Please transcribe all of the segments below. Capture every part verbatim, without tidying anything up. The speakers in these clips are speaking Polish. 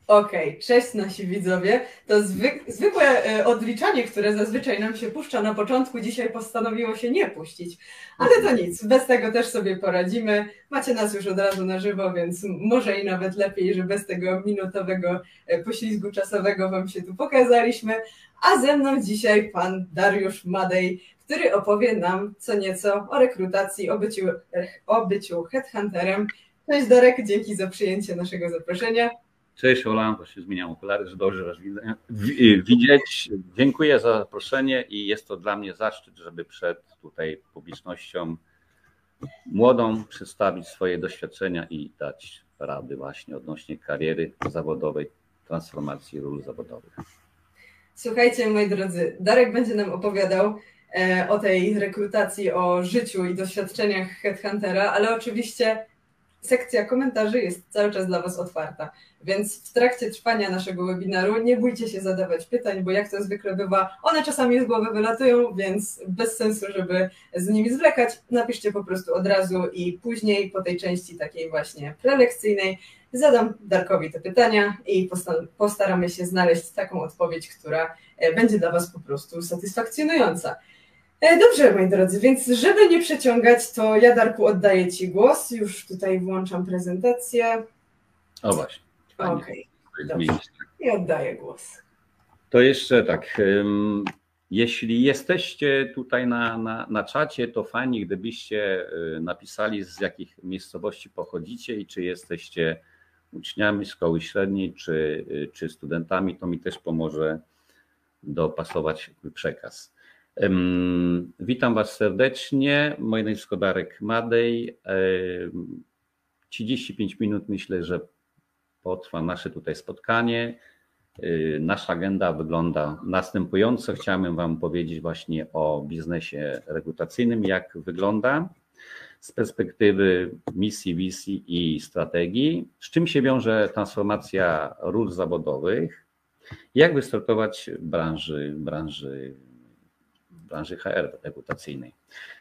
Okej, okay. Cześć nasi widzowie. To zwyk zwykłe y, odliczanie, które zazwyczaj nam się puszcza na początku, dzisiaj postanowiło się nie puścić. Ale to nic, bez tego też sobie poradzimy. Macie nas już od razu na żywo, więc może i nawet lepiej, że bez tego minutowego y, poślizgu czasowego wam się tu pokazaliśmy. A ze mną dzisiaj pan Dariusz Madej, który opowie nam co nieco o rekrutacji, o byciu, o byciu headhunterem. Cześć Darek, dzięki za przyjęcie naszego zaproszenia. Cześć Ola, to się zmieniam okulary, że dobrze was widzę. Widzieć. Dziękuję za zaproszenie i jest to dla mnie zaszczyt, żeby przed tutaj publicznością młodą przedstawić swoje doświadczenia i dać rady właśnie odnośnie kariery zawodowej, transformacji ról zawodowych. Słuchajcie, moi drodzy, Darek będzie nam opowiadał o tej rekrutacji, o życiu i doświadczeniach headhuntera, ale oczywiście sekcja komentarzy jest cały czas dla was otwarta, więc w trakcie trwania naszego webinaru nie bójcie się zadawać pytań, bo jak to zwykle bywa, one czasami z głowy wylatują, więc bez sensu, żeby z nimi zwlekać, napiszcie po prostu od razu i później po tej części takiej właśnie prelekcyjnej zadam Darkowi te pytania i postaramy się znaleźć taką odpowiedź, która będzie dla was po prostu satysfakcjonująca. Dobrze, moi drodzy, więc żeby nie przeciągać, to ja, Darku, oddaję ci głos. Już tutaj włączam prezentację. O właśnie. Okej, okay, i oddaję głos. To jeszcze tak, jeśli jesteście tutaj na, na, na czacie, to fajnie, gdybyście napisali, z jakich miejscowości pochodzicie i czy jesteście uczniami szkoły średniej, czy, czy studentami, to mi też pomoże dopasować przekaz. Witam was serdecznie, moje nazwisko Darek Madej. trzydzieści pięć minut myślę, że potrwa nasze tutaj spotkanie. Nasza agenda wygląda następująco. Chciałem wam powiedzieć właśnie o biznesie rekrutacyjnym, jak wygląda z perspektywy misji, wizji i strategii, z czym się wiąże transformacja ról zawodowych, jak wystartować w branży, branży branży H R rekrutacyjnej.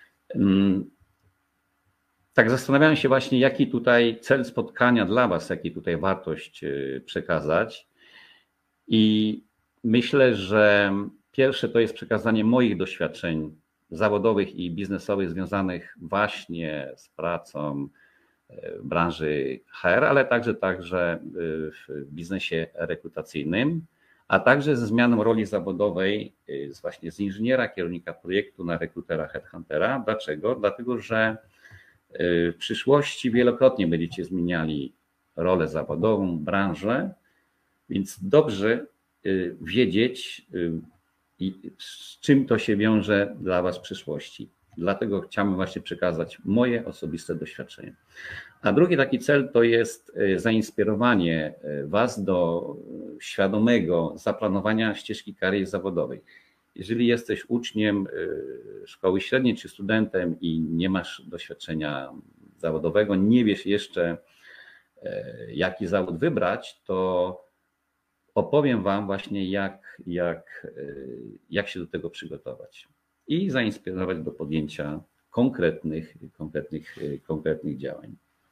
Tak zastanawiałem się właśnie, jaki tutaj cel spotkania dla was, jaki tutaj wartość przekazać. I myślę, że pierwsze to jest przekazanie moich doświadczeń zawodowych i biznesowych związanych właśnie z pracą w branży H R, ale także, także w biznesie rekrutacyjnym, a także ze zmianą roli zawodowej z właśnie z inżyniera, kierownika projektu na rekrutera, headhuntera. Dlaczego? Dlatego, że w przyszłości wielokrotnie będziecie zmieniali rolę zawodową, branżę, więc dobrze wiedzieć, z czym to się wiąże dla was w przyszłości. Dlatego chciałbym właśnie przekazać moje osobiste doświadczenie. A drugi taki cel to jest zainspirowanie was do świadomego zaplanowania ścieżki kariery zawodowej. Jeżeli jesteś uczniem szkoły średniej czy studentem i nie masz doświadczenia zawodowego, nie wiesz jeszcze, jaki zawód wybrać, to opowiem wam właśnie, jak, jak, jak się do tego przygotować i zainspirować do podjęcia konkretnych, konkretnych, konkretnych działań.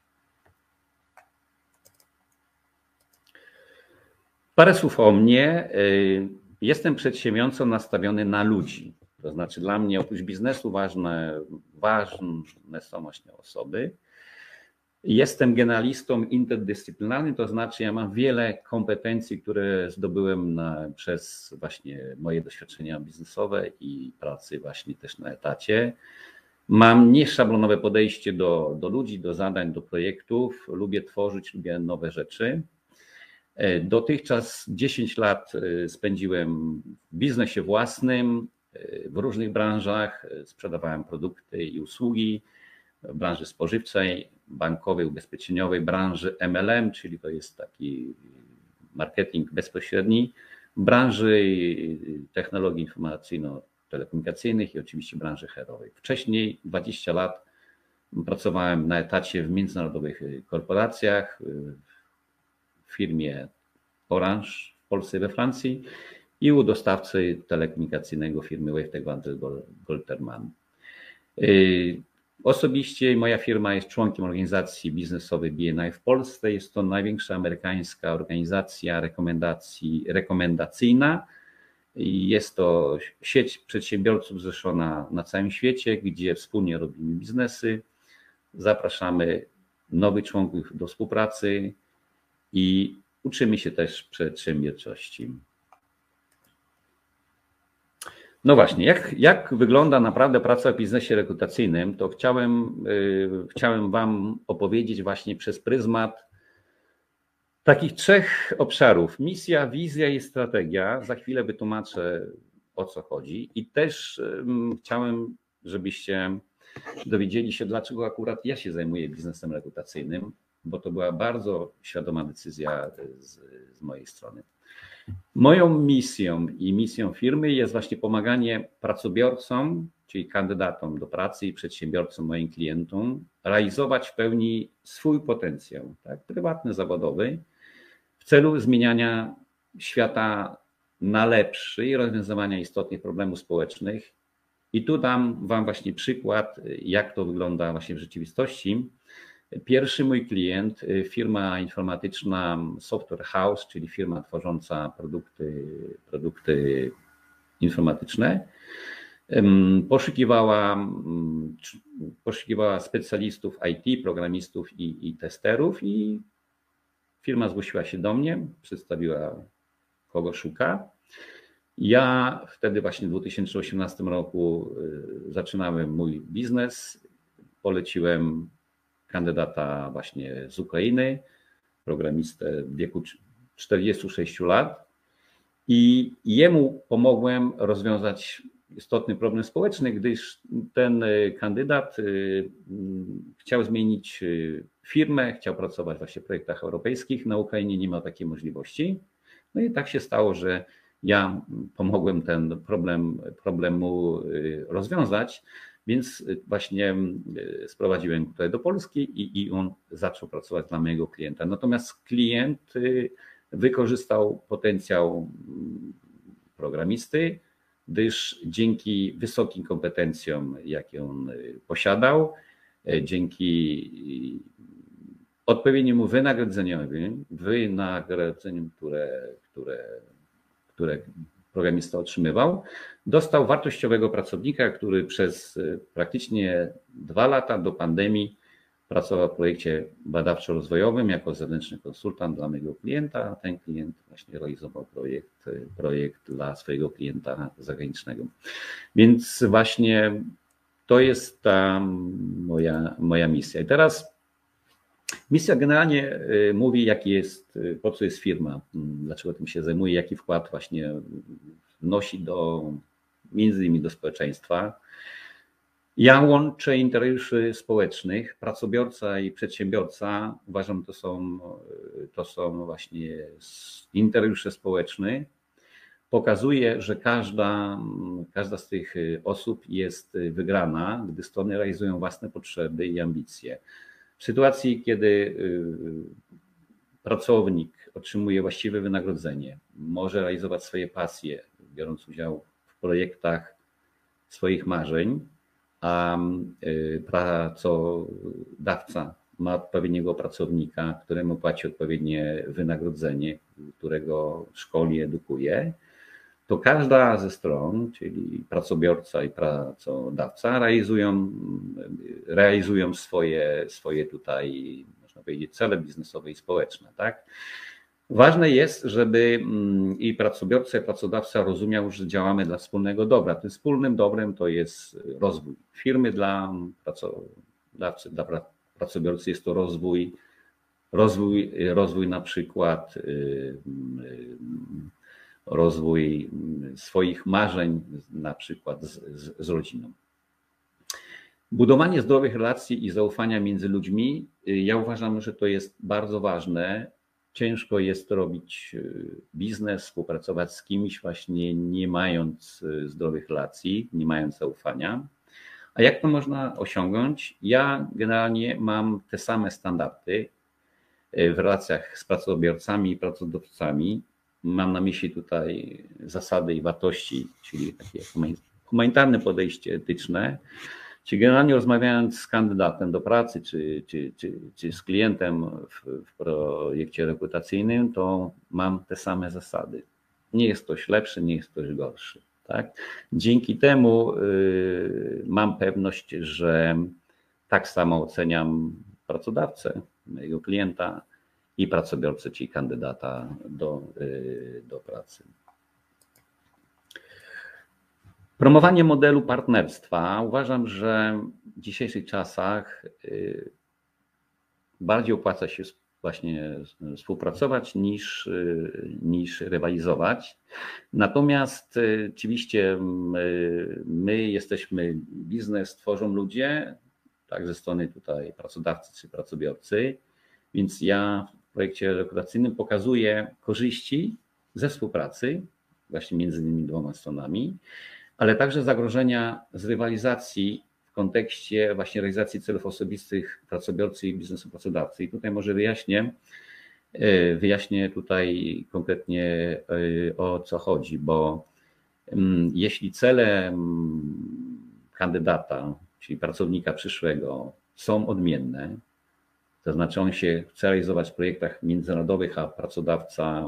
Parę słów o mnie. Jestem przedsiębiorcą nastawiony na ludzi. To znaczy dla mnie oprócz biznesu ważne, ważne są właśnie osoby. Jestem generalistą interdyscyplinarnym, to znaczy ja mam wiele kompetencji, które zdobyłem na, przez właśnie moje doświadczenia biznesowe i pracy właśnie też na etacie. Mam nieszablonowe podejście do, do ludzi, do zadań, do projektów. Lubię tworzyć, lubię nowe rzeczy. Dotychczas dziesięć lat spędziłem w biznesie własnym, w różnych branżach. Sprzedawałem produkty i usługi w branży spożywczej, bankowej, ubezpieczeniowej, branży M L M, czyli to jest taki marketing bezpośredni, w branży technologii informacyjno-telekomunikacyjnych i oczywiście branży H R-owej. Wcześniej dwadzieścia lat pracowałem na etacie w międzynarodowych korporacjach, w firmie Orange w Polsce i we Francji i u dostawcy telekomunikacyjnego firmy Wave Tech Vantage Golterman. Osobiście moja firma jest członkiem organizacji biznesowej B N I w Polsce. Jest to największa amerykańska organizacja rekomendacji, rekomendacyjna. Jest to sieć przedsiębiorców zrzeszona na całym świecie, gdzie wspólnie robimy biznesy. Zapraszamy nowych członków do współpracy i uczymy się też przedsiębiorczości. No właśnie, jak, jak wygląda naprawdę praca w biznesie rekrutacyjnym, to chciałem, yy, chciałem Wam opowiedzieć właśnie przez pryzmat takich trzech obszarów. Misja, wizja i strategia. Za chwilę wytłumaczę, o co chodzi. I też yy, chciałem, żebyście dowiedzieli się, dlaczego akurat ja się zajmuję biznesem rekrutacyjnym, bo to była bardzo świadoma decyzja z, z mojej strony. Moją misją i misją firmy jest właśnie pomaganie pracobiorcom, czyli kandydatom do pracy i przedsiębiorcom, moim klientom, realizować w pełni swój potencjał, tak, prywatny, zawodowy, w celu zmieniania świata na lepszy i rozwiązywania istotnych problemów społecznych. I tu dam Wam właśnie przykład, jak to wygląda właśnie w rzeczywistości. Pierwszy mój klient, firma informatyczna Software House, czyli firma tworząca produkty, produkty informatyczne, poszukiwała, poszukiwała specjalistów I T, programistów i, i testerów i firma zgłosiła się do mnie, przedstawiła, kogo szuka. Ja wtedy właśnie w dwa tysiące osiemnastym roku zaczynałem mój biznes, poleciłem kandydata właśnie z Ukrainy, programistę w wieku czterdziestu sześciu lat i jemu pomogłem rozwiązać istotny problem społeczny, gdyż ten kandydat chciał zmienić firmę, chciał pracować właśnie w projektach europejskich, na Ukrainie nie ma takiej możliwości. No i tak się stało, że ja pomogłem ten problem, problem mu rozwiązać. Więc właśnie sprowadziłem tutaj do Polski i, i on zaczął pracować dla mojego klienta. Natomiast klient wykorzystał potencjał programisty, gdyż dzięki wysokim kompetencjom, jakie on posiadał, dzięki odpowiedniemu wynagrodzeniowi, wynagrodzeniu, które, które, które programista otrzymywał, dostał wartościowego pracownika, który przez praktycznie dwa lata do pandemii pracował w projekcie badawczo-rozwojowym jako zewnętrzny konsultant dla mojego klienta, a ten klient właśnie realizował projekt, projekt dla swojego klienta zagranicznego. Więc właśnie to jest ta moja, moja misja. I teraz misja generalnie mówi, jaki jest, po co jest firma, dlaczego tym się zajmuje, jaki wkład właśnie wnosi do, między innymi do społeczeństwa. Ja łączę interesy społecznych, pracobiorca i przedsiębiorca. Uważam, to są, to są właśnie interesy społeczne. Pokazuje, że każda, każda z tych osób jest wygrana, gdy strony realizują własne potrzeby i ambicje. W sytuacji, kiedy pracownik otrzymuje właściwe wynagrodzenie, może realizować swoje pasje, biorąc udział w projektach swoich marzeń, a pracodawca ma odpowiedniego pracownika, któremu płaci odpowiednie wynagrodzenie, którego szkoli, edukuje, to każda ze stron, czyli pracobiorca i pracodawca, realizują, realizują swoje, swoje tutaj, można powiedzieć, cele biznesowe i społeczne, tak? Ważne jest, żeby i pracobiorca, i pracodawca rozumiał, że działamy dla wspólnego dobra. Tym wspólnym dobrem to jest rozwój firmy dla pracodawcy, dla pracobiorcy jest to rozwój, rozwój, rozwój na przykład rozwój swoich marzeń, na przykład z, z, z rodziną. Budowanie zdrowych relacji i zaufania między ludźmi, ja uważam, że to jest bardzo ważne. Ciężko jest robić biznes, współpracować z kimś właśnie nie mając zdrowych relacji, nie mając zaufania. A jak to można osiągnąć? Ja generalnie mam te same standardy w relacjach z pracobiorcami i pracodawcami. Mam na myśli tutaj zasady i wartości, czyli takie humanitarne podejście etyczne, Czyli generalnie rozmawiając z kandydatem do pracy, czy, czy, czy, czy z klientem w, w projekcie rekrutacyjnym, to mam te same zasady. Nie jest ktoś lepszy, nie jest ktoś gorszy. Tak? Dzięki temu y, mam pewność, że tak samo oceniam pracodawcę, mojego klienta i pracobiorcę, czyli kandydata do, y, do pracy. Promowanie modelu partnerstwa. Uważam, że w dzisiejszych czasach bardziej opłaca się właśnie współpracować niż, niż rywalizować. Natomiast oczywiście my, my jesteśmy, biznes tworzą ludzie, tak ze strony tutaj pracodawcy czy pracobiorcy, więc ja w projekcie rekrutacyjnym pokazuję korzyści ze współpracy właśnie między tymi dwoma stronami, ale także zagrożenia z rywalizacji w kontekście właśnie realizacji celów osobistych pracobiorcy i biznesu pracodawcy. I tutaj może wyjaśnię, wyjaśnię tutaj konkretnie o co chodzi, bo jeśli cele kandydata, czyli pracownika przyszłego są odmienne, to znaczy on się chce realizować w projektach międzynarodowych, a pracodawca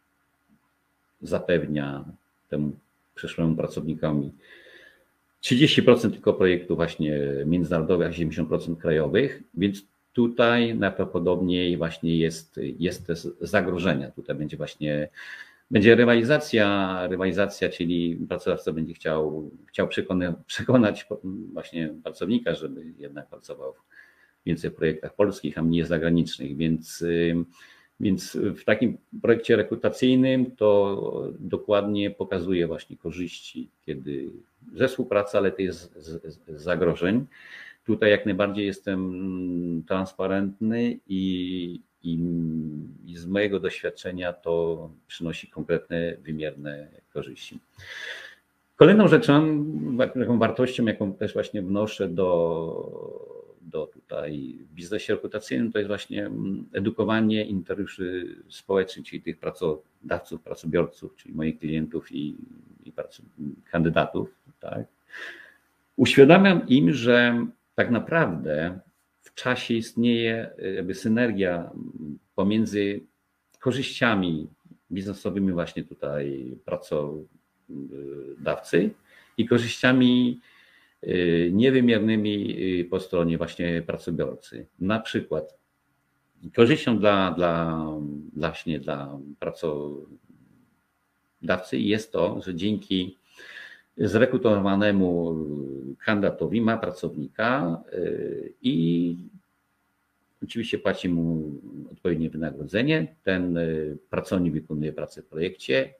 zapewnia temu przyszłemu pracownikowi trzydzieści procent tylko projektów właśnie międzynarodowych, a siedemdziesiąt procent krajowych, więc tutaj najprawdopodobniej właśnie jest, jest te zagrożenia. Tutaj będzie właśnie będzie rywalizacja, rywalizacja, czyli pracodawca będzie chciał, chciał przekonać, przekonać właśnie pracownika, żeby jednak pracował więcej w projektach polskich, a mniej zagranicznych, więc Więc w takim projekcie rekrutacyjnym to dokładnie pokazuje właśnie korzyści, kiedy ze współpracy, ale też z, z, z zagrożeń. Tutaj jak najbardziej jestem transparentny i, i, i z mojego doświadczenia to przynosi konkretne, wymierne korzyści. Kolejną rzeczą, taką wartością, jaką też właśnie wnoszę do do tutaj w biznesie rekrutacyjnym, to jest właśnie edukowanie interesy społecznych, czyli tych pracodawców, pracobiorców, czyli moich klientów i, i kandydatów. Tak. Uświadamiam im, że tak naprawdę w czasie istnieje jakby synergia pomiędzy korzyściami biznesowymi właśnie tutaj pracodawcy i korzyściami niewymiernymi po stronie właśnie pracobiorcy. Na przykład korzyścią dla, dla, właśnie dla pracodawcy jest to, że dzięki zrekrutowanemu kandydatowi ma pracownika i oczywiście płaci mu odpowiednie wynagrodzenie. Ten pracownik wykonuje pracę w projekcie.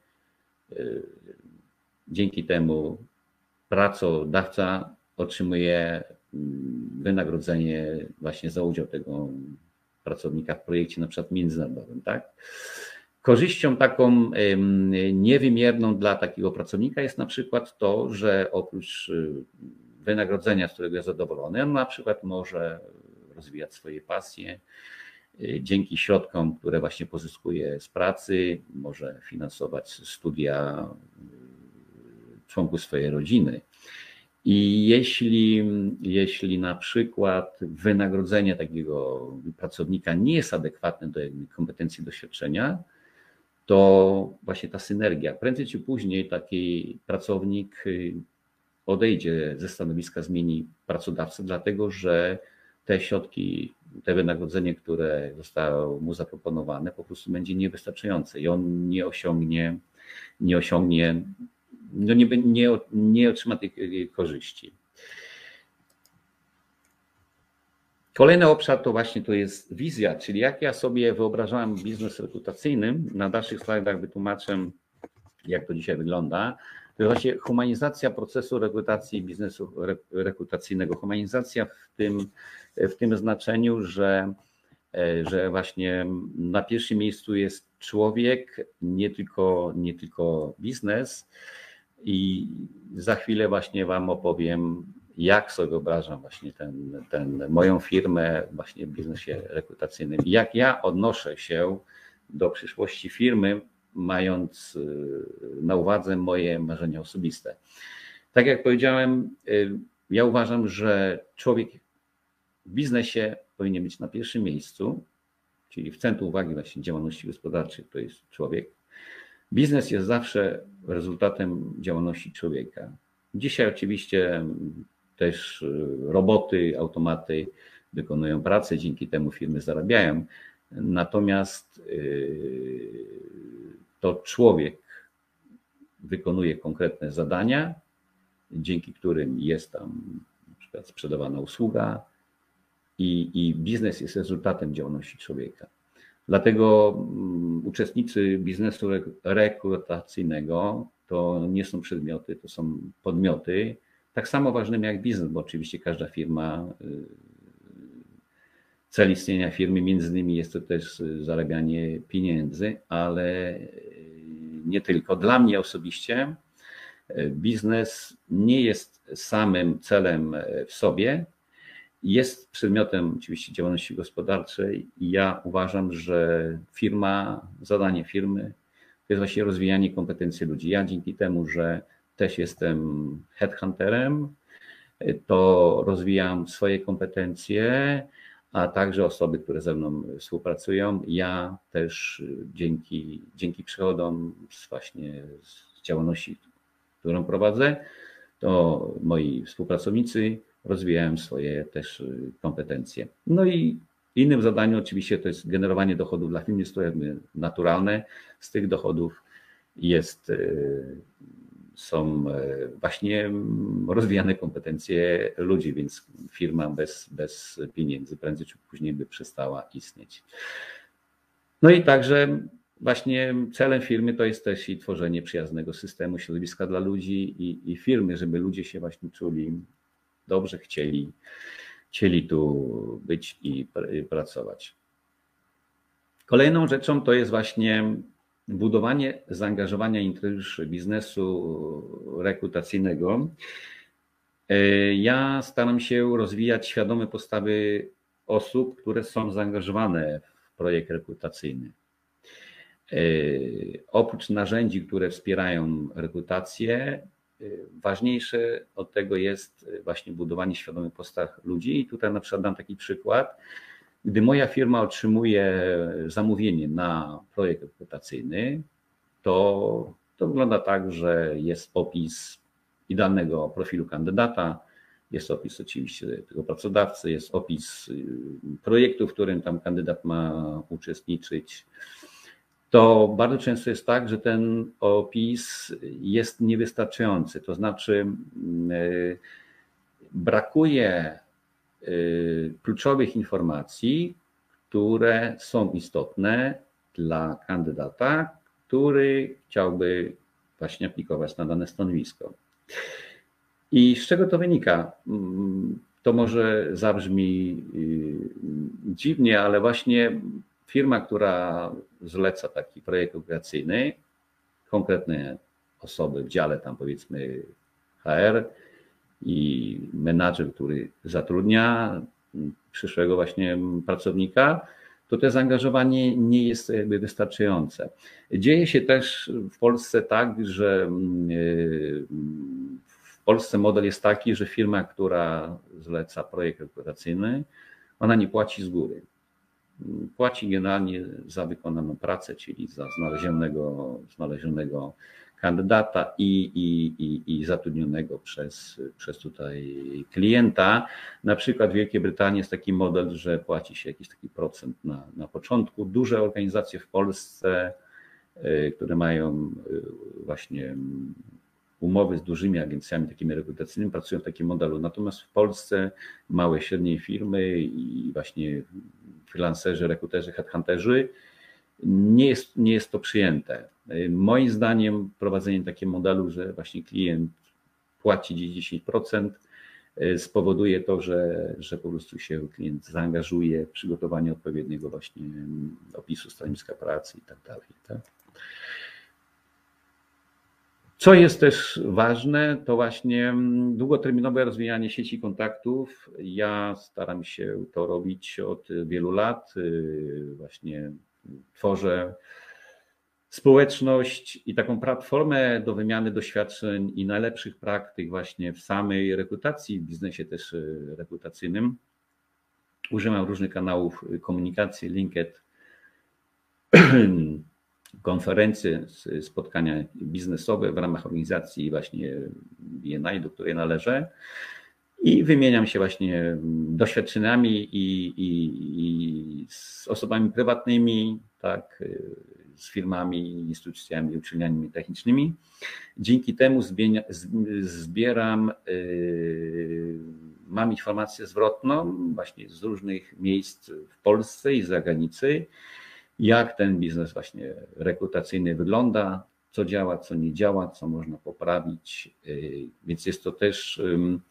Dzięki temu pracodawca otrzymuje wynagrodzenie właśnie za udział tego pracownika w projekcie na przykład międzynarodowym. Tak? Korzyścią taką niewymierną dla takiego pracownika jest na przykład to, że oprócz wynagrodzenia, z którego jest zadowolony, on na przykład może rozwijać swoje pasje. Dzięki środkom, które właśnie pozyskuje z pracy, może finansować studia członków swojej rodziny. I jeśli, jeśli na przykład wynagrodzenie takiego pracownika nie jest adekwatne do kompetencji, doświadczenia, to właśnie ta synergia, prędzej czy później taki pracownik odejdzie ze stanowiska, zmieni pracodawcę, dlatego że te środki, te wynagrodzenie, które zostało mu zaproponowane, po prostu będzie niewystarczające i on nie osiągnie, nie osiągnie no nie, nie, nie otrzyma tych korzyści. Kolejny obszar to właśnie to jest wizja, czyli jak ja sobie wyobrażałem biznes rekrutacyjny. Na dalszych slajdach wytłumaczę, jak to dzisiaj wygląda. To jest właśnie humanizacja procesu rekrutacji biznesu rekrutacyjnego. Humanizacja w tym, w tym znaczeniu, że, że właśnie na pierwszym miejscu jest człowiek, nie tylko, nie tylko biznes. I za chwilę właśnie Wam opowiem, jak sobie wyobrażam właśnie ten, ten, moją firmę właśnie w biznesie rekrutacyjnym. Jak ja odnoszę się do przyszłości firmy, mając na uwadze moje marzenia osobiste. Tak jak powiedziałem, ja uważam, że człowiek w biznesie powinien być na pierwszym miejscu, czyli w centrum uwagi właśnie działalności gospodarczej to jest człowiek. Biznes jest zawsze rezultatem działalności człowieka. Dzisiaj oczywiście też roboty, automaty wykonują pracę, dzięki temu firmy zarabiają. Natomiast to człowiek wykonuje konkretne zadania, dzięki którym jest tam na przykład sprzedawana usługa i, i biznes jest rezultatem działalności człowieka. Dlatego uczestnicy biznesu rekrutacyjnego to nie są przedmioty, to są podmioty, tak samo ważnymi jak biznes, bo oczywiście każda firma, cel istnienia firmy między innymi jest to też zarabianie pieniędzy, ale nie tylko. Dla mnie osobiście biznes nie jest samym celem w sobie, jest przedmiotem oczywiście działalności gospodarczej i ja uważam, że firma, zadanie firmy to jest właśnie rozwijanie kompetencji ludzi. Ja dzięki temu, że też jestem headhunterem, to rozwijam swoje kompetencje, a także osoby, które ze mną współpracują. Ja też dzięki, dzięki przychodom z właśnie z działalności, którą prowadzę, to moi współpracownicy rozwijają swoje też kompetencje. No i innym zadaniem oczywiście to jest generowanie dochodów dla firm, jest to jakby naturalne. Z tych dochodów jest, są właśnie rozwijane kompetencje ludzi, więc firma bez, bez pieniędzy prędzej czy później by przestała istnieć. No i także właśnie celem firmy to jest też i tworzenie przyjaznego systemu, środowiska dla ludzi i, i firmy, żeby ludzie się właśnie czuli dobrze, chcieli, chcieli tu być i pracować. Kolejną rzeczą to jest właśnie budowanie zaangażowania interesu biznesu rekrutacyjnego. Ja staram się rozwijać świadome postawy osób, które są zaangażowane w projekt rekrutacyjny. Oprócz narzędzi, które wspierają rekrutację, ważniejsze od tego jest właśnie budowanie świadomych postaw ludzi. I tutaj na przykład dam taki przykład. Gdy moja firma otrzymuje zamówienie na projekt rekrutacyjny, to, to wygląda tak, że jest opis idealnego profilu kandydata, jest opis oczywiście tego pracodawcy, jest opis projektu, w którym tam kandydat ma uczestniczyć. To bardzo często jest tak, że ten opis jest niewystarczający, to znaczy brakuje kluczowych informacji, które są istotne dla kandydata, który chciałby właśnie aplikować na dane stanowisko. I z czego to wynika? To może zabrzmi dziwnie, ale właśnie firma, która zleca taki projekt rekrutacyjny, konkretne osoby w dziale tam powiedzmy H R i menadżer, który zatrudnia przyszłego właśnie pracownika, to to zaangażowanie nie jest jakby wystarczające. Dzieje się też w Polsce tak, że w Polsce model jest taki, że firma, która zleca projekt rekrutacyjny, ona nie płaci z góry. Płaci generalnie za wykonaną pracę, czyli za znalezionego, znalezionego kandydata i, i, i, i zatrudnionego przez, przez tutaj klienta. Na przykład w Wielkiej Brytanii jest taki model, że płaci się jakiś taki procent na, na początku. Duże organizacje w Polsce, które mają właśnie umowy z dużymi agencjami takimi rekrutacyjnymi, pracują w takim modelu. Natomiast w Polsce małe, średnie firmy i właśnie freelancerzy, rekruterzy, headhunterzy, nie jest, nie jest to przyjęte. Moim zdaniem prowadzenie takiego modelu, że właśnie klient płaci dziesięć procent, spowoduje to, że, że po prostu się klient zaangażuje w przygotowanie odpowiedniego właśnie opisu stanowiska pracy i tak dalej. Tak? Co jest też ważne, to właśnie długoterminowe rozwijanie sieci kontaktów. Ja staram się to robić od wielu lat. Właśnie tworzę społeczność i taką platformę do wymiany doświadczeń i najlepszych praktyk właśnie w samej rekrutacji, w biznesie też rekrutacyjnym. Używam różnych kanałów komunikacji, LinkedIn, konferencje, spotkania biznesowe w ramach organizacji właśnie B N I, do której należę, i wymieniam się właśnie doświadczeniami i, i, i z osobami prywatnymi, tak, z firmami, instytucjami, uczelniami technicznymi. Dzięki temu zbieram, mam informację zwrotną właśnie z różnych miejsc w Polsce i z zagranicy, jak ten biznes właśnie rekrutacyjny wygląda, co działa, co nie działa, co można poprawić. Więc jest to też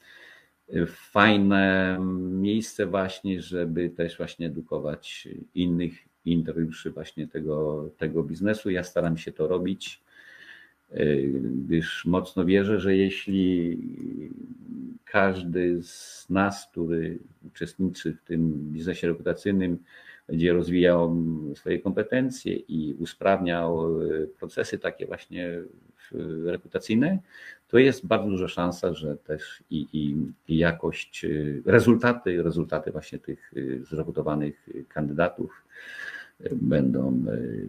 fajne miejsce właśnie, żeby też właśnie edukować innych interesariuszy właśnie tego, tego biznesu. Ja staram się to robić, gdyż mocno wierzę, że jeśli każdy z nas, który uczestniczy w tym biznesie rekrutacyjnym, będzie rozwijał swoje kompetencje i usprawniał procesy takie właśnie rekrutacyjne, to jest bardzo duża szansa, że też i, i, i jakość, rezultaty, rezultaty właśnie tych zrekrutowanych kandydatów będą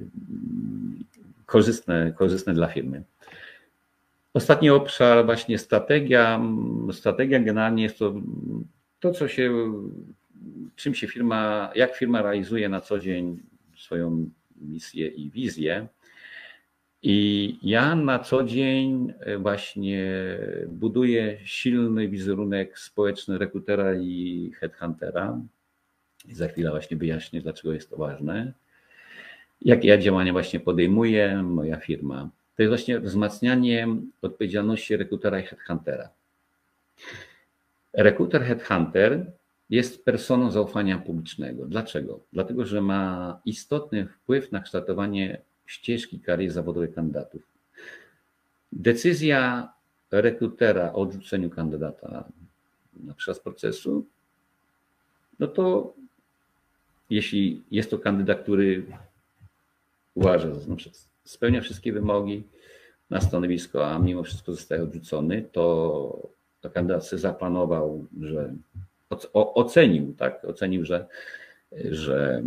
korzystne, korzystne dla firmy. Ostatni obszar, właśnie strategia. Strategia generalnie jest to, to co się, czym się firma, jak firma realizuje na co dzień swoją misję i wizję. I ja na co dzień właśnie buduję silny wizerunek społeczny rekrutera i headhuntera. I za chwilę właśnie wyjaśnię, dlaczego jest to ważne. Jakie ja działania właśnie podejmuję, moja firma. To jest właśnie wzmacnianie odpowiedzialności rekrutera i headhuntera. Rekruter, headhunter jest personą zaufania publicznego. Dlaczego? Dlatego, że ma istotny wpływ na kształtowanie ścieżki kariery zawodowej kandydatów. Decyzja rekrutera o odrzuceniu kandydata na czas procesu, no to jeśli jest to kandydat, który uważa, że znaczy spełnia wszystkie wymogi na stanowisko, a mimo wszystko zostaje odrzucony, to, to kandydat sobie zaplanował, że ocenił, tak, ocenił, że, że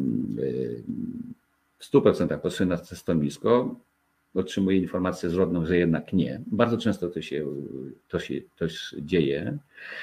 w stu procentach pasuje na to stanowisko, otrzymuje informację zwrotną, że jednak nie. Bardzo często to się, to się też dzieje.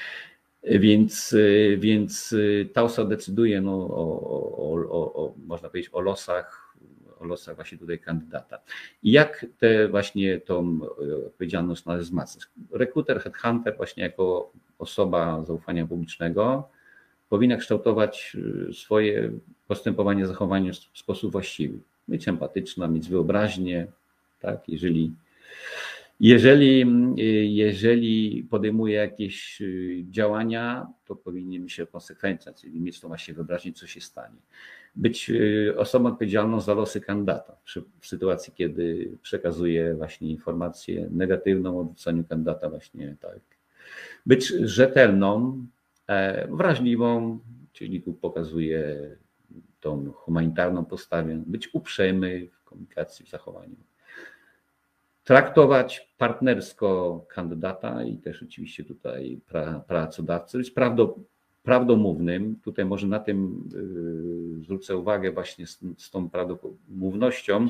Więc, więc ta osoba decyduje no, o, o, o, o, można powiedzieć, o losach, o losach właśnie tutaj kandydata. I jak te właśnie tą odpowiedzialność należy wzmacniać? Rekruter, headhunter właśnie jako osoba zaufania publicznego powinna kształtować swoje postępowanie, zachowanie w sposób właściwy. Być empatyczna, mieć wyobraźnię, tak? Jeżeli Jeżeli, jeżeli podejmuje jakieś działania, to powinien mieć konsekwencje, czyli mieć to właśnie wyobraźnię, co się stanie. Być osobą odpowiedzialną za losy kandydata w sytuacji, kiedy przekazuje właśnie informację negatywną o odrzuceniu kandydata, właśnie tak. Być rzetelną, wrażliwą, czyli tu pokazuje tą humanitarną postawę, być uprzejmy w komunikacji, w zachowaniu. Traktować partnersko kandydata i też oczywiście tutaj pra, pracodawcy, być prawdo, prawdomównym. Tutaj może na tym yy, zwrócę uwagę właśnie z, z tą prawdomównością.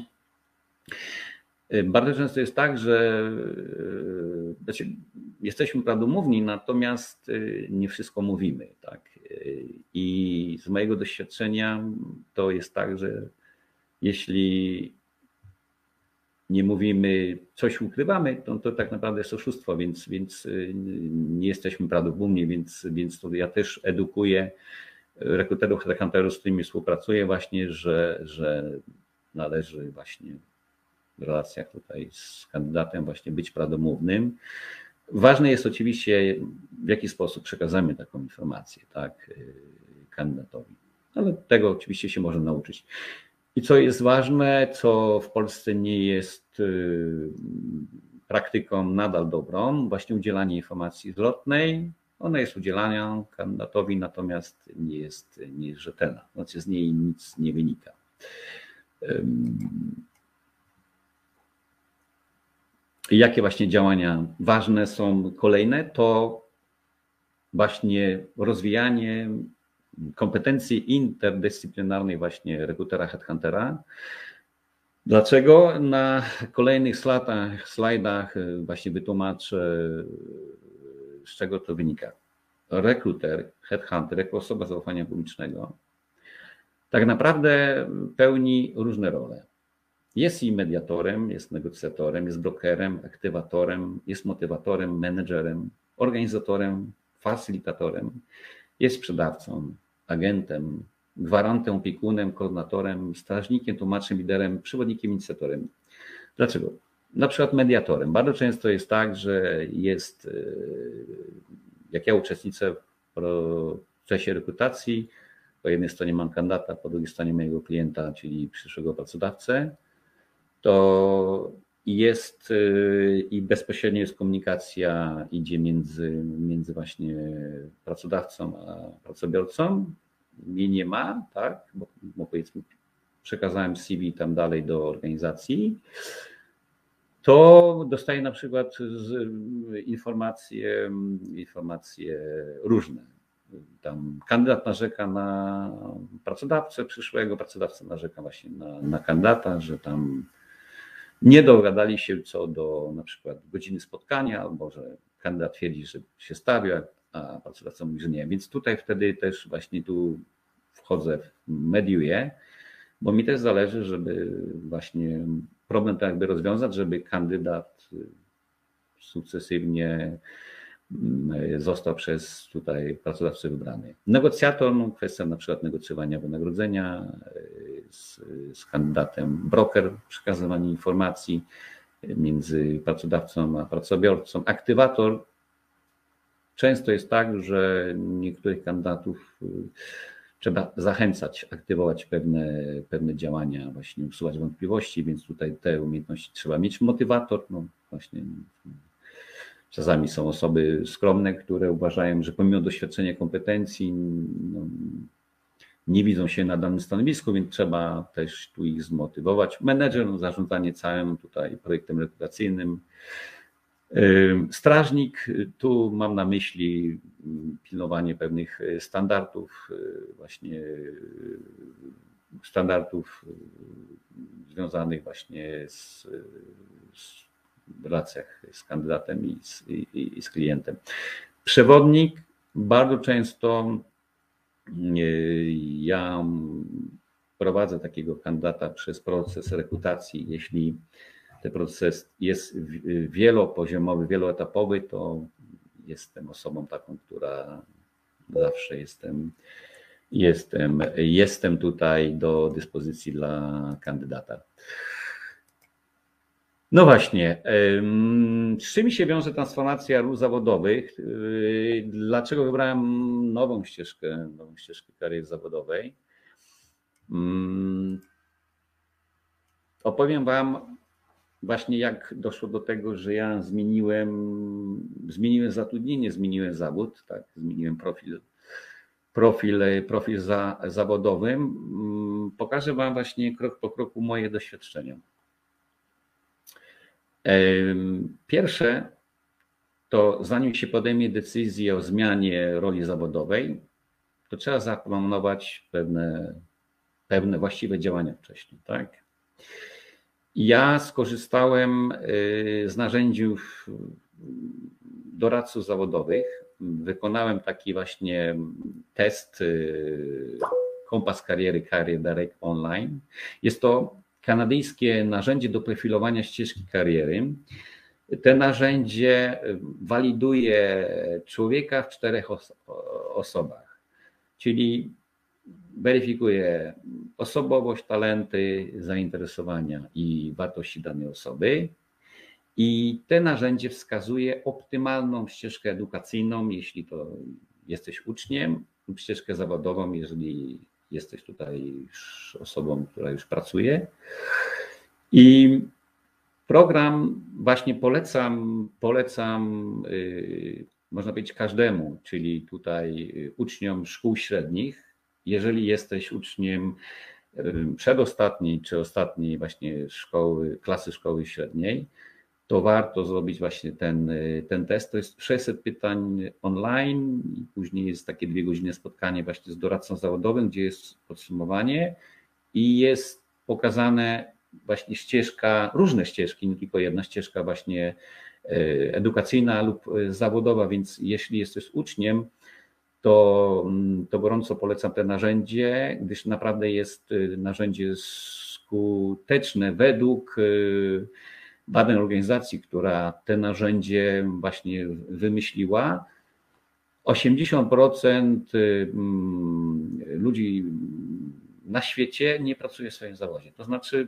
Yy, bardzo często jest tak, że yy, znaczy jesteśmy prawdomówni, natomiast yy, nie wszystko mówimy. Tak? Yy, I z mojego doświadczenia to jest tak, że jeśli nie mówimy, coś ukrywamy, to, to tak naprawdę jest oszustwo, więc, więc nie jesteśmy prawdomówni, więc, więc to ja też edukuję rekruterów, headhunterów, z którymi współpracuję właśnie, że, że należy właśnie w relacjach tutaj z kandydatem właśnie być prawdomównym. Ważne jest oczywiście, w jaki sposób przekazamy taką informację, tak, kandydatowi, ale tego oczywiście się można nauczyć. I co jest ważne, co w Polsce nie jest praktyką nadal dobrą, właśnie udzielanie informacji zwrotnej. Ona jest udzielana kandydatowi, natomiast nie jest, nie jest rzetelna, znaczy z niej nic nie wynika. jakie właśnie działania ważne są kolejne, to właśnie rozwijanie kompetencji interdyscyplinarnej właśnie rekrutera headhuntera. Dlaczego? Na kolejnych slajdach, slajdach właśnie wytłumaczę, z czego to wynika. Rekruter, headhunter, jako osoba zaufania publicznego, tak naprawdę pełni różne role. Jest i mediatorem, jest negocjatorem, jest brokerem, aktywatorem, jest motywatorem, menedżerem, organizatorem, facylitatorem, jest sprzedawcą, agentem, gwarantem, opiekunem, koordynatorem, strażnikiem, tłumaczem, liderem, przewodnikiem, inicjatorem. Dlaczego? Na przykład mediatorem. Bardzo często jest tak, że jest, jak ja uczestniczę w procesie rekrutacji, po jednej stronie mam kandydata, po drugiej stronie mojego klienta, czyli przyszłego pracodawcę, to jest i bezpośrednio jest komunikacja idzie między, między właśnie pracodawcą a pracobiorcą. Mnie nie ma, tak, bo, bo powiedzmy przekazałem C V tam dalej do organizacji, to dostaję na przykład informacje, informacje różne. Tam kandydat narzeka na pracodawcę przyszłego, pracodawca narzeka właśnie na, na kandydata, że tam nie dogadali się co do na przykład godziny spotkania, albo że kandydat twierdzi, że się stawia, a pracodawca mówi, że nie. Więc tutaj wtedy też właśnie tu wchodzę, mediuję, bo mi też zależy, żeby właśnie problem tak jakby rozwiązać, żeby kandydat sukcesywnie został przez tutaj pracodawcę wybrany. Negocjator, no kwestia na przykład negocjowania wynagrodzenia z, z kandydatem, broker, przekazywanie informacji między pracodawcą a pracobiorcą. Aktywator, często jest tak, że niektórych kandydatów trzeba zachęcać, aktywować pewne, pewne działania, właśnie usuwać wątpliwości, więc tutaj te umiejętności trzeba mieć. Motywator, no właśnie czasami są osoby skromne, które uważają, że pomimo doświadczenia kompetencji no, nie widzą się na danym stanowisku, więc trzeba też tu ich zmotywować. Menedżer, no, zarządzanie całym tutaj projektem rekrutacyjnym. Strażnik, tu mam na myśli pilnowanie pewnych standardów, właśnie standardów związanych właśnie z, z w relacjach z kandydatem i z, i, i z klientem. Przewodnik, bardzo często ja prowadzę takiego kandydata przez proces rekrutacji. Jeśli ten proces jest wielopoziomowy, wieloetapowy, to jestem osobą taką, która zawsze jestem, jestem, jestem tutaj do dyspozycji dla kandydata. No właśnie, z czym się wiąże transformacja ról zawodowych? Dlaczego wybrałem nową ścieżkę, nową ścieżkę kariery zawodowej? Opowiem Wam właśnie, jak doszło do tego, że ja zmieniłem, zmieniłem zatrudnienie, zmieniłem zawód, tak, zmieniłem profil, profil, profil za, zawodowym. Pokażę Wam właśnie krok po kroku moje doświadczenia. Pierwsze, to zanim się podejmie decyzję o zmianie roli zawodowej, to trzeba zaplanować pewne, pewne właściwe działania wcześniej, tak? Ja skorzystałem z narzędziów doradców zawodowych. Wykonałem taki właśnie test Kompas Kariery Career Direct Online. Jest to kanadyjskie narzędzie do profilowania ścieżki kariery. To narzędzie waliduje człowieka w czterech os osobach, czyli weryfikuje osobowość, talenty, zainteresowania i wartości danej osoby. I to narzędzie wskazuje optymalną ścieżkę edukacyjną, jeśli to jesteś uczniem, lub ścieżkę zawodową, jeżeli jesteś tutaj już osobą, która już pracuje. I program właśnie polecam, polecam, yy, można powiedzieć każdemu, czyli tutaj uczniom szkół średnich. Jeżeli jesteś uczniem przedostatniej czy ostatniej właśnie szkoły, klasy szkoły średniej, to warto zrobić właśnie ten, ten test. To jest sześćset pytań online i później jest takie dwie godziny spotkanie właśnie z doradcą zawodowym, gdzie jest podsumowanie i jest pokazane właśnie ścieżka, różne ścieżki, nie tylko jedna ścieżka właśnie edukacyjna lub zawodowa, więc jeśli jesteś uczniem, to, to gorąco polecam to narzędzie, gdyż naprawdę jest narzędzie skuteczne według badań organizacji, która to narzędzie właśnie wymyśliła. osiemdziesiąt procent ludzi na świecie nie pracuje w swoim zawodzie. To znaczy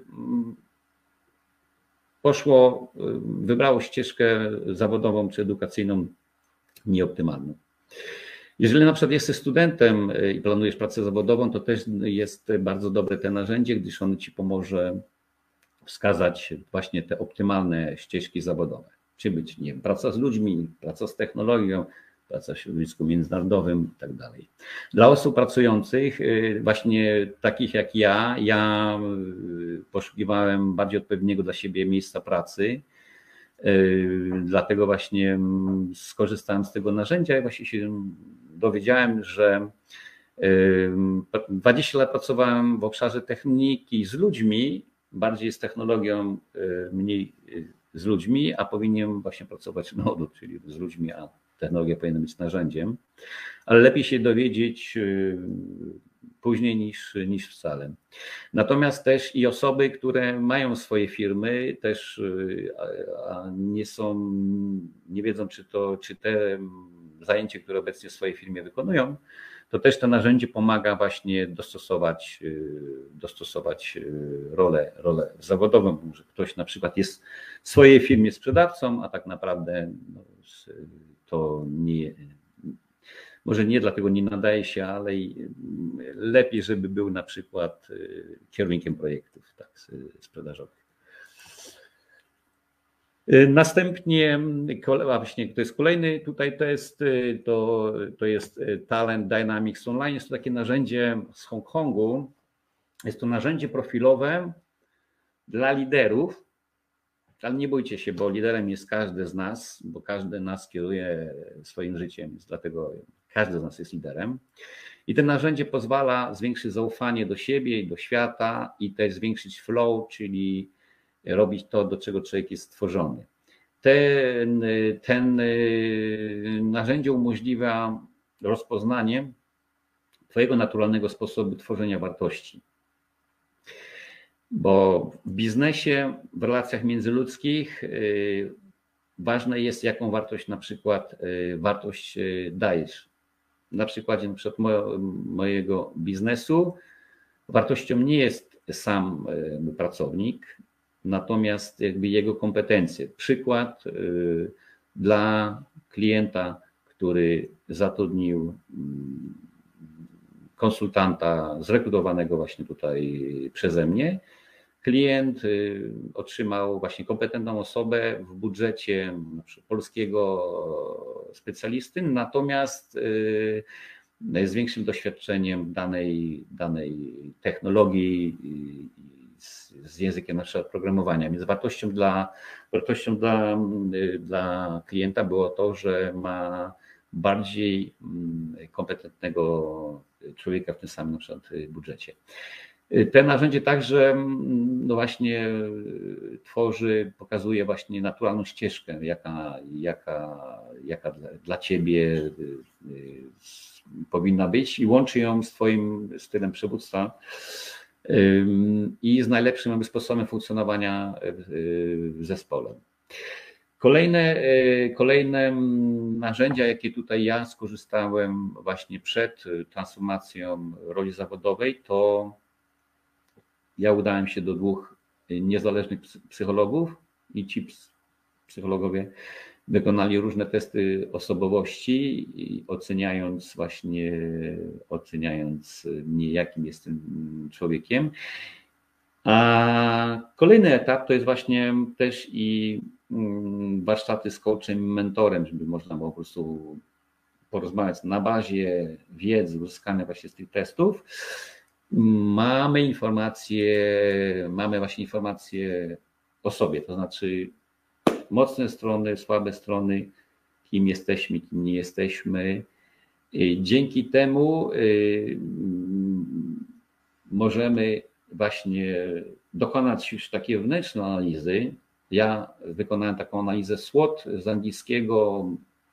poszło, wybrało ścieżkę zawodową czy edukacyjną nieoptymalną. Jeżeli na przykład jesteś studentem i planujesz pracę zawodową, to też jest bardzo dobre to narzędzie, gdyż ono ci pomoże wskazać właśnie te optymalne ścieżki zawodowe. Czy być, nie wiem, praca z ludźmi, praca z technologią, praca w środowisku międzynarodowym i tak dalej. Dla osób pracujących, właśnie takich jak ja, ja poszukiwałem bardziej odpowiedniego dla siebie miejsca pracy, dlatego właśnie skorzystałem z tego narzędzia i właśnie się dowiedziałem, że dwadzieścia lat pracowałem w obszarze techniki z ludźmi, bardziej z technologią, mniej z ludźmi, a powinienem właśnie pracować na odwrót, czyli z ludźmi, a technologia powinna być narzędziem, ale lepiej się dowiedzieć później niż, niż wcale. Natomiast też i osoby, które mają swoje firmy, też nie są, nie wiedzą, czy to, czy te zajęcie, które obecnie w swojej firmie wykonują, to też to narzędzie pomaga właśnie dostosować, dostosować rolę, rolę zawodową. Że ktoś na przykład jest w swojej firmie sprzedawcą, a tak naprawdę no, to nie, może nie dlatego nie nadaje się, ale lepiej, żeby był na przykład kierownikiem projektów tak, sprzedażowych. Następnie, właśnie to jest kolejny tutaj test, to, to jest Talent Dynamics Online. Jest to takie narzędzie z Hongkongu. Jest to narzędzie profilowe dla liderów, ale nie bójcie się, bo liderem jest każdy z nas, bo każdy nas kieruje swoim życiem, więc dlatego każdy z nas jest liderem. I to narzędzie pozwala zwiększyć zaufanie do siebie i do świata i też zwiększyć flow, czyli robić to, do czego człowiek jest stworzony. Ten, ten narzędzie umożliwia rozpoznanie twojego naturalnego sposobu tworzenia wartości. Bo w biznesie, w relacjach międzyludzkich ważne jest, jaką wartość na przykład wartość dajesz. Na przykładzie na przykład mojego biznesu wartością nie jest sam pracownik, natomiast jakby jego kompetencje. Przykład dla klienta, który zatrudnił konsultanta zrekrutowanego właśnie tutaj przeze mnie. Klient otrzymał właśnie kompetentną osobę w budżecie na przykład polskiego specjalisty, natomiast z większym doświadczeniem danej, danej technologii z, z językiem na przykład programowania. Więc wartością dla, wartością dla, dla klienta było to, że ma bardziej kompetentnego człowieka w tym samym na przykład budżecie. Te narzędzie także no właśnie tworzy, pokazuje właśnie naturalną ścieżkę, jaka, jaka, jaka dla, dla ciebie powinna być i łączy ją z twoim stylem przywództwa i z najlepszym sposobem funkcjonowania w zespole. Kolejne, kolejne narzędzia, jakie tutaj ja skorzystałem właśnie przed transformacją roli zawodowej, to ja udałem się do dwóch niezależnych psychologów i ci psychologowie wykonali różne testy osobowości, oceniając właśnie, oceniając mnie, jakim jestem człowiekiem. A kolejny etap to jest właśnie też i warsztaty z coachem i mentorem, żeby można było po prostu porozmawiać na bazie wiedzy uzyskanej właśnie z tych testów. Mamy informacje, mamy właśnie informacje o sobie, to znaczy mocne strony, słabe strony, kim jesteśmy, kim nie jesteśmy. Dzięki temu możemy właśnie dokonać już takiej wewnętrznej analizy. Ja wykonałem taką analizę SWOT z angielskiego,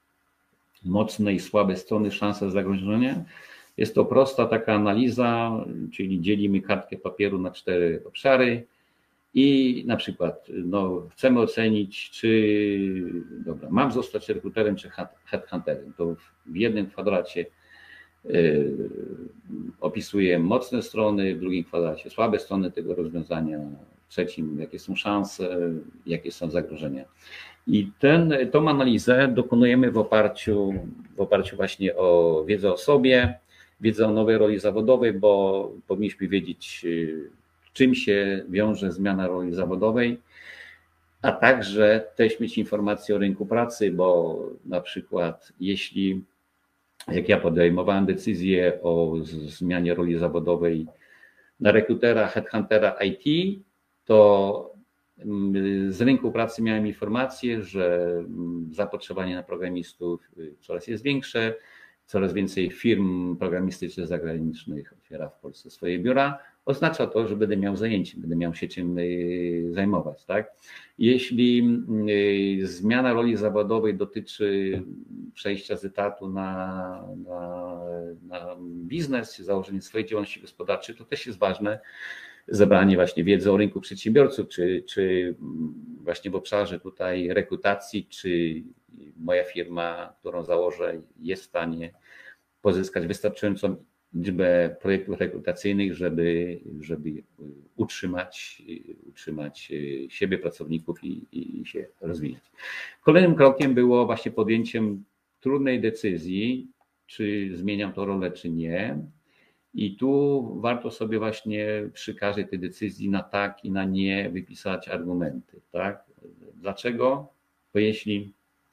mocne i słabe strony, szanse zagrożenia. Jest to prosta taka analiza, czyli dzielimy kartkę papieru na cztery obszary i na przykład no, chcemy ocenić, czy dobra, mam zostać rekruterem czy headhunterem. To w jednym kwadracie yy, opisuję mocne strony, w drugim kwadracie słabe strony tego rozwiązania, w trzecim jakie są szanse, jakie są zagrożenia. I ten, tą analizę dokonujemy w oparciu, w oparciu właśnie o wiedzę o sobie, wiedzę o nowej roli zawodowej, bo powinniśmy wiedzieć, czym się wiąże zmiana roli zawodowej, a także też mieć informacje o rynku pracy, bo na przykład jeśli, jak ja podejmowałem decyzję o zmianie roli zawodowej na rekrutera, headhuntera I T, to z rynku pracy miałem informację, że zapotrzebowanie na programistów coraz jest większe, coraz więcej firm programistycznych zagranicznych otwiera w Polsce swoje biura. Oznacza to, że będę miał zajęcie, będę miał się czym zajmować. Tak? Jeśli zmiana roli zawodowej dotyczy przejścia z etatu na, na, na biznes, założenie swojej działalności gospodarczej, to też jest ważne. Zebranie właśnie wiedzy o rynku przedsiębiorców, czy, czy właśnie w obszarze tutaj rekrutacji, czy moja firma, którą założę, jest w stanie pozyskać wystarczającą liczbę projektów rekrutacyjnych, żeby, żeby utrzymać, utrzymać siebie, pracowników i, i się rozwijać. Kolejnym krokiem było właśnie podjęciem trudnej decyzji, czy zmieniam tą rolę, czy nie. I tu warto sobie właśnie przy każdej tej decyzji na tak i na nie wypisać argumenty. Tak? Dlaczego? Bo jeśli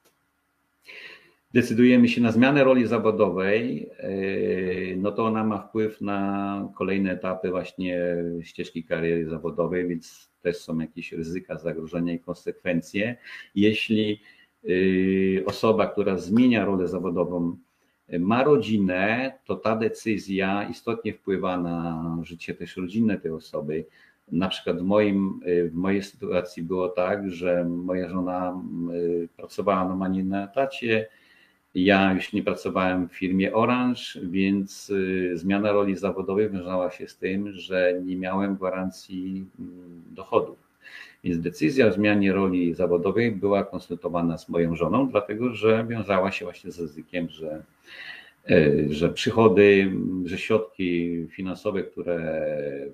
decydujemy się na zmianę roli zawodowej, no to ona ma wpływ na kolejne etapy właśnie ścieżki kariery zawodowej, więc też są jakieś ryzyka, zagrożenia i konsekwencje. Jeśli osoba, która zmienia rolę zawodową, ma rodzinę, to ta decyzja istotnie wpływa na życie też rodzinne tej osoby. Na przykład w, moim, w mojej sytuacji było tak, że moja żona pracowała normalnie na etacie, ja już nie pracowałem w firmie Orange, więc zmiana roli zawodowej wiązała się z tym, że nie miałem gwarancji dochodów. Więc decyzja o zmianie roli zawodowej była konsultowana z moją żoną, dlatego że wiązała się właśnie z ryzykiem, że, że przychody, że środki finansowe, które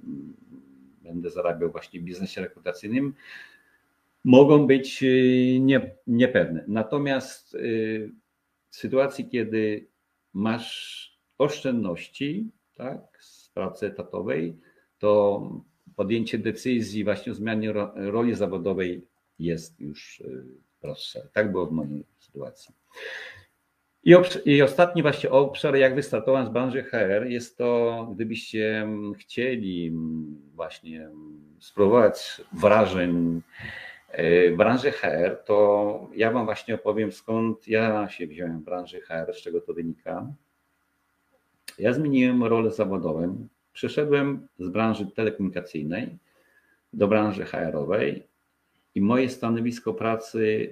będę zarabiał właśnie w biznesie rekrutacyjnym, mogą być nie, niepewne. Natomiast w sytuacji, kiedy masz oszczędności, tak, z pracy etatowej, to podjęcie decyzji właśnie o zmianie roli zawodowej jest już prostsze. Tak było w mojej sytuacji. I, I ostatni właśnie obszar, jak wystartowałem z branży H R, jest to, gdybyście chcieli właśnie spróbować wrażeń w branży H R, to ja wam właśnie opowiem, skąd ja się wziąłem w branży H R, z czego to wynika. Ja zmieniłem rolę zawodową. Przeszedłem z branży telekomunikacyjnej do branży H R-owej i moje stanowisko pracy,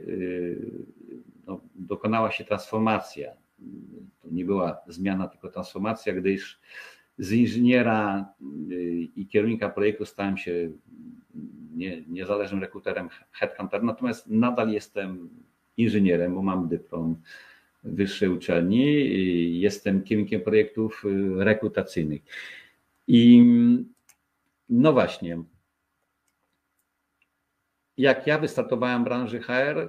no, dokonała się transformacja. To nie była zmiana, tylko transformacja, gdyż z inżyniera i kierownika projektu stałem się nie, niezależnym rekruterem headhunter, natomiast nadal jestem inżynierem, bo mam dyplom wyższej uczelni i jestem kierownikiem projektów rekrutacyjnych. I no właśnie, jak ja wystartowałem w branży H R,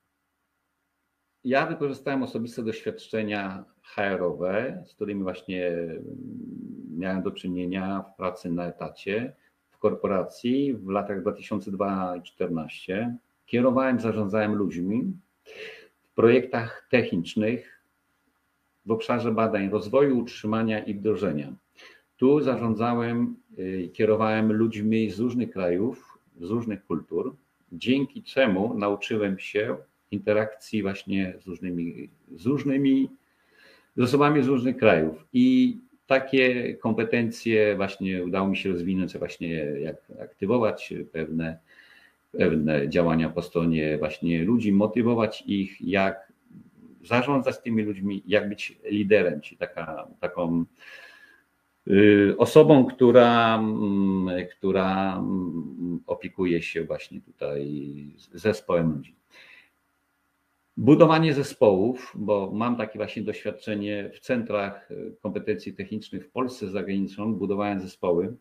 ja wykorzystałem osobiste doświadczenia H R-owe, z którymi właśnie miałem do czynienia w pracy na etacie w korporacji w latach dwa tysiące drugi do dwa tysiące czternastego. Kierowałem, zarządzałem ludźmi w projektach technicznych w obszarze badań rozwoju, utrzymania i wdrożenia. Tu zarządzałem, kierowałem ludźmi z różnych krajów, z różnych kultur, dzięki czemu nauczyłem się interakcji właśnie z różnymi, z różnymi z osobami z różnych krajów i takie kompetencje właśnie udało mi się rozwinąć, właśnie jak aktywować pewne, pewne działania po stronie właśnie ludzi, motywować ich, jak zarządzać tymi ludźmi, jak być liderem, czyli taka, taką osobą, która, która opiekuje się właśnie tutaj zespołem ludzi. Budowanie zespołów, bo mam takie właśnie doświadczenie w centrach kompetencji technicznych w Polsce za granicą, budowałem zespoły.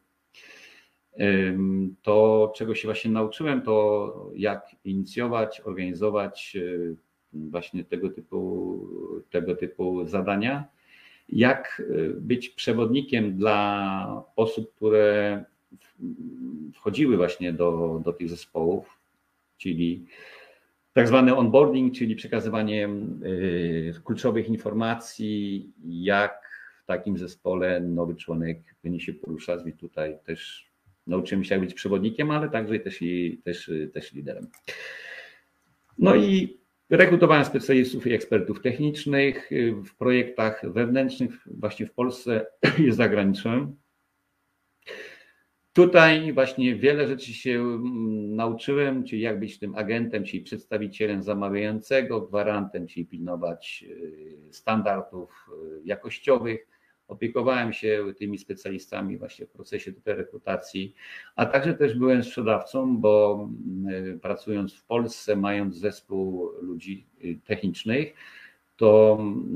To, czego się właśnie nauczyłem, to jak inicjować, organizować właśnie tego typu, tego typu zadania, jak być przewodnikiem dla osób, które wchodziły właśnie do, do tych zespołów, czyli tak zwany onboarding, czyli przekazywanie kluczowych informacji, jak w takim zespole nowy członek powinien się poruszać. I tutaj też nauczyłem się jak być przewodnikiem, ale także też, i, też, też liderem. No i rekrutowałem specjalistów i ekspertów technicznych w projektach wewnętrznych właśnie w Polsce i za granicą. Tutaj właśnie wiele rzeczy się nauczyłem, czyli jak być tym agentem, czyli przedstawicielem zamawiającego, gwarantem, czyli pilnować standardów jakościowych. Opiekowałem się tymi specjalistami właśnie w procesie tej rekrutacji, a także też byłem sprzedawcą, bo pracując w Polsce, mając zespół ludzi technicznych, to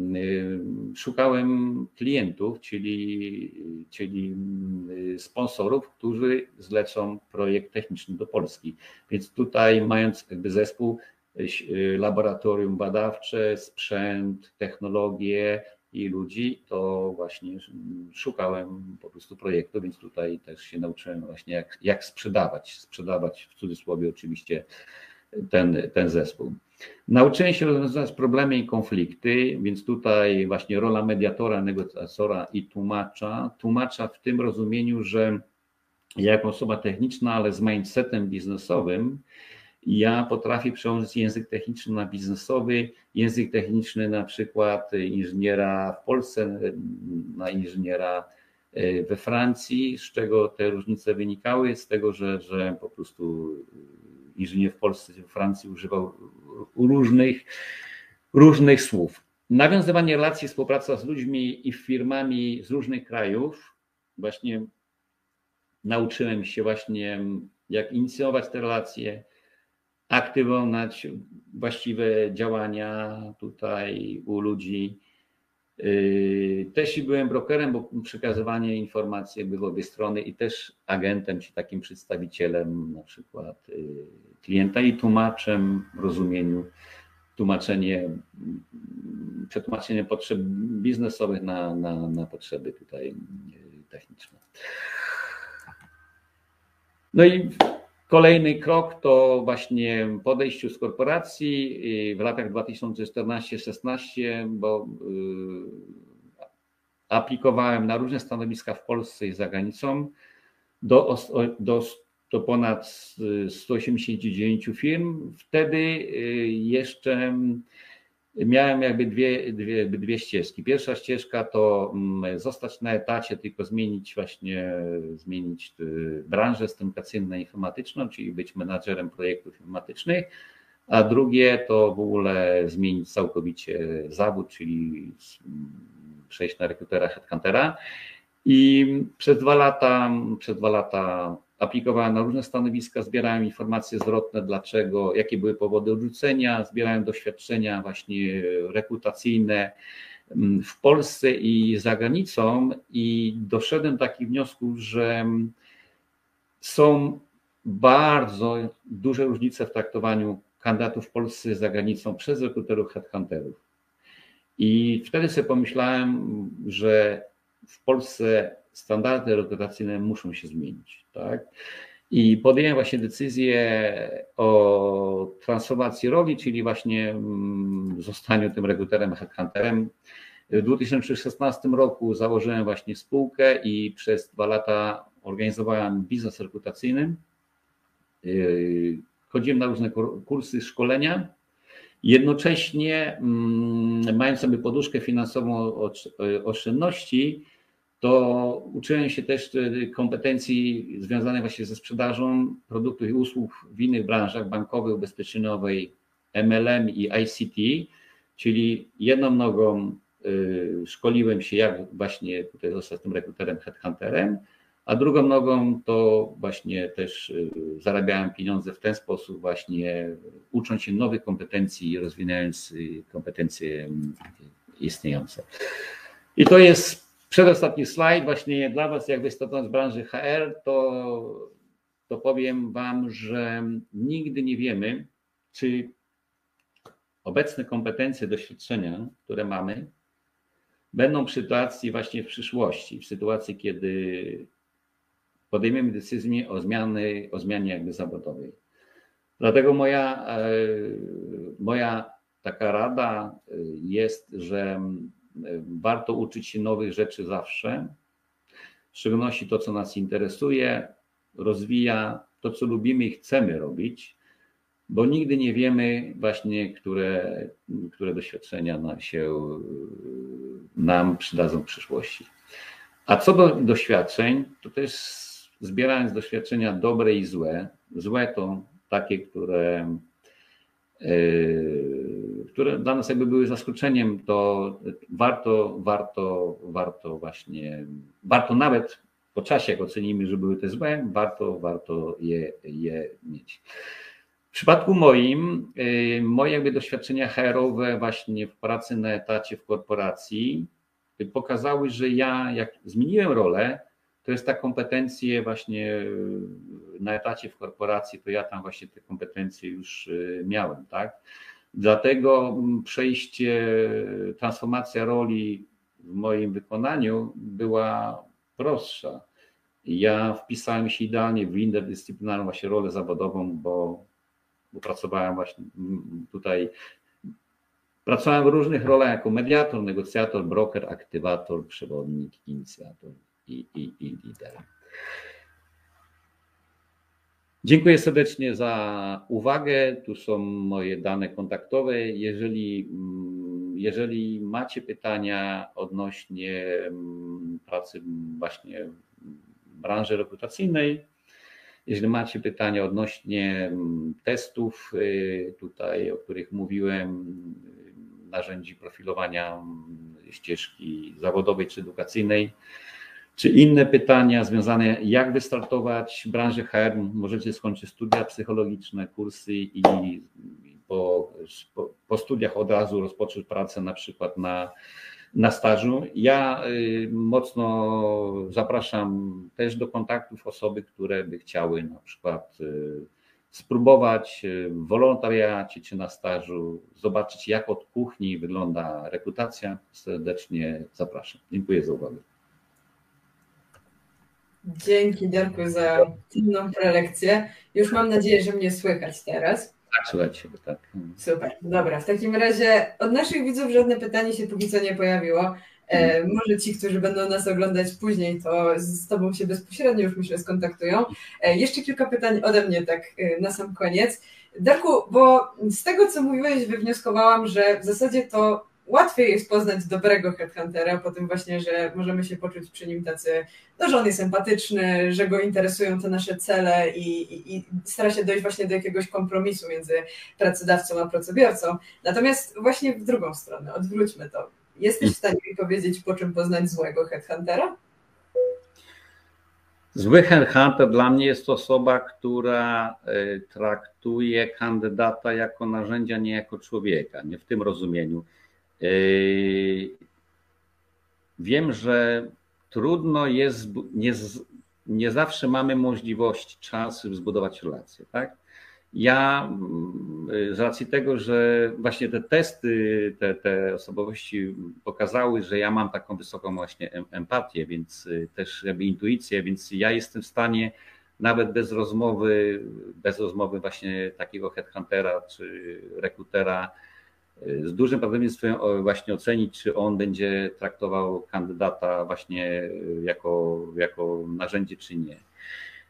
szukałem klientów, czyli, czyli sponsorów, którzy zlecą projekt techniczny do Polski. Więc tutaj mając jakby zespół, laboratorium badawcze, sprzęt, technologię i ludzi, to właśnie szukałem po prostu projektu, więc tutaj też się nauczyłem właśnie jak, jak sprzedawać, sprzedawać w cudzysłowie oczywiście ten, ten zespół. Nauczyłem się rozwiązywać problemy i konflikty, więc tutaj właśnie rola mediatora, negocjatora i tłumacza. Tłumacza w tym rozumieniu, że ja jako osoba techniczna, ale z mindsetem biznesowym, ja potrafię przełożyć język techniczny na biznesowy, język techniczny na przykład inżyniera w Polsce na inżyniera we Francji, z czego te różnice wynikały, z tego, że, że po prostu inżynier w Polsce, w Francji używał różnych, różnych słów. Nawiązywanie relacji, współpraca z ludźmi i firmami z różnych krajów. Właśnie nauczyłem się właśnie jak inicjować te relacje, aktywować właściwe działania tutaj u ludzi. Też i byłem brokerem, bo przekazywanie informacji były w obie strony i też agentem, czy takim przedstawicielem na przykład klienta i tłumaczem w rozumieniu tłumaczenie, przetłumaczenie potrzeb biznesowych na, na, na potrzeby tutaj techniczne. No i kolejny krok to właśnie po odejściu z korporacji w latach dwa tysiące czternaście szesnaście, bo aplikowałem na różne stanowiska w Polsce i za granicą do, do, do ponad stu osiemdziesięciu dziewięciu firm. Wtedy jeszcze miałem jakby dwie, dwie, dwie ścieżki. Pierwsza ścieżka to zostać na etacie, tylko zmienić właśnie, zmienić branżę komunikacyjno-informatyczną, czyli być menadżerem projektów informatycznych, a drugie to w ogóle zmienić całkowicie zawód, czyli przejść na rekrutera, headhuntera. I przez dwa lata, przez dwa lata aplikowałem na różne stanowiska, zbierałem informacje zwrotne, dlaczego, jakie były powody odrzucenia, zbierałem doświadczenia właśnie rekrutacyjne w Polsce i za granicą i doszedłem do takich wniosków, że są bardzo duże różnice w traktowaniu kandydatów w Polsce i za granicą przez rekruterów, headhunterów. I wtedy sobie pomyślałem, że w Polsce standardy rekrutacyjne muszą się zmienić, tak? I podjąłem właśnie decyzję o transformacji roli, czyli właśnie zostaniu tym rekruterem, headhunterem. W dwa tysiące szesnastym roku założyłem właśnie spółkę i przez dwa lata organizowałem biznes rekrutacyjny. chodziłem na różne kursy, szkolenia. Jednocześnie mając sobie poduszkę finansową oszczędności, to uczyłem się też kompetencji związanych właśnie ze sprzedażą produktów i usług w innych branżach bankowej, ubezpieczeniowej, M L M i I C T, czyli jedną nogą szkoliłem się, jak właśnie tutaj zostać tym rekruterem, headhunterem, a drugą nogą to właśnie też zarabiałem pieniądze w ten sposób, właśnie ucząc się nowych kompetencji i rozwijając kompetencje istniejące. I to jest przedostatni slajd właśnie dla Was, jak występując z branży H R, to, to powiem Wam, że nigdy nie wiemy, czy obecne kompetencje, doświadczenia, które mamy, będą przy sytuacji właśnie w przyszłości, w sytuacji, kiedy podejmiemy decyzję o, zmiany, o zmianie jakby zawodowej. Dlatego moja, moja taka rada jest, że warto uczyć się nowych rzeczy zawsze, w szczególności to, co nas interesuje, rozwija, to, co lubimy i chcemy robić, bo nigdy nie wiemy właśnie, które, które doświadczenia się nam przydadzą w przyszłości. A co do doświadczeń, to też zbierając doświadczenia dobre i złe, złe to takie, które, które dla nas jakby były zaskoczeniem, to warto, warto, warto właśnie, warto nawet po czasie, jak ocenimy, że były te złe, warto, warto je, je mieć. W przypadku moim, moje jakby doświadczenia H R-owe właśnie w pracy na etacie w korporacji pokazały, że ja jak zmieniłem rolę, to jest ta kompetencje właśnie na etacie w korporacji, to ja tam właśnie te kompetencje już miałem, tak? Dlatego przejście, transformacja roli w moim wykonaniu była prostsza. Ja wpisałem się idealnie w interdyscyplinarną właśnie rolę zawodową, bo, bo pracowałem właśnie tutaj, pracowałem w różnych rolach jako mediator, negocjator, broker, aktywator, przewodnik, inicjator i, i, i lider. Dziękuję serdecznie za uwagę. Tu są moje dane kontaktowe. Jeżeli, jeżeli macie pytania odnośnie pracy właśnie w branży rekrutacyjnej, jeżeli macie pytania odnośnie testów tutaj, o których mówiłem, narzędzi profilowania ścieżki zawodowej czy edukacyjnej, czy inne pytania związane, jak wystartować w branży H R, możecie skończyć studia psychologiczne, kursy i po, po, po studiach od razu rozpocząć pracę na przykład na, na stażu. Ja mocno zapraszam też do kontaktów osoby, które by chciały na przykład spróbować w wolontariacie czy na stażu, zobaczyć, jak od kuchni wygląda rekrutacja. Serdecznie zapraszam. Dziękuję za uwagę. Dzięki, Darku, za inną prelekcję. Już mam nadzieję, że mnie słychać teraz. Tak, słychać się, tak. Super, dobra. W takim razie od naszych widzów żadne pytanie się póki co nie pojawiło. E, może ci, którzy będą nas oglądać później, to z Tobą się bezpośrednio już myślę skontaktują. E, jeszcze kilka pytań ode mnie tak e, na sam koniec. Darku, bo z tego, co mówiłeś, wywnioskowałam, że w zasadzie to łatwiej jest poznać dobrego headhuntera po tym właśnie, że możemy się poczuć przy nim tacy, no, że on jest empatyczny, że go interesują te nasze cele i, i, i stara się dojść właśnie do jakiegoś kompromisu między pracodawcą a pracobiorcą. Natomiast właśnie w drugą stronę, odwróćmy to. Jesteś w stanie mi powiedzieć, po czym poznać złego headhuntera? Zły headhunter dla mnie jest osoba, która traktuje kandydata jako narzędzia, nie jako człowieka, nie w tym rozumieniu. Wiem, że trudno jest, nie, nie zawsze mamy możliwość, czas, żeby zbudować relacje, tak? Ja z racji tego, że właśnie te testy, te, te osobowości pokazały, że ja mam taką wysoką właśnie empatię, więc też jakby intuicję, więc ja jestem w stanie nawet bez rozmowy, bez rozmowy właśnie takiego headhuntera czy rekrutera z dużym prawdopodobieństwem właśnie ocenić, czy on będzie traktował kandydata właśnie jako, jako narzędzie, czy nie.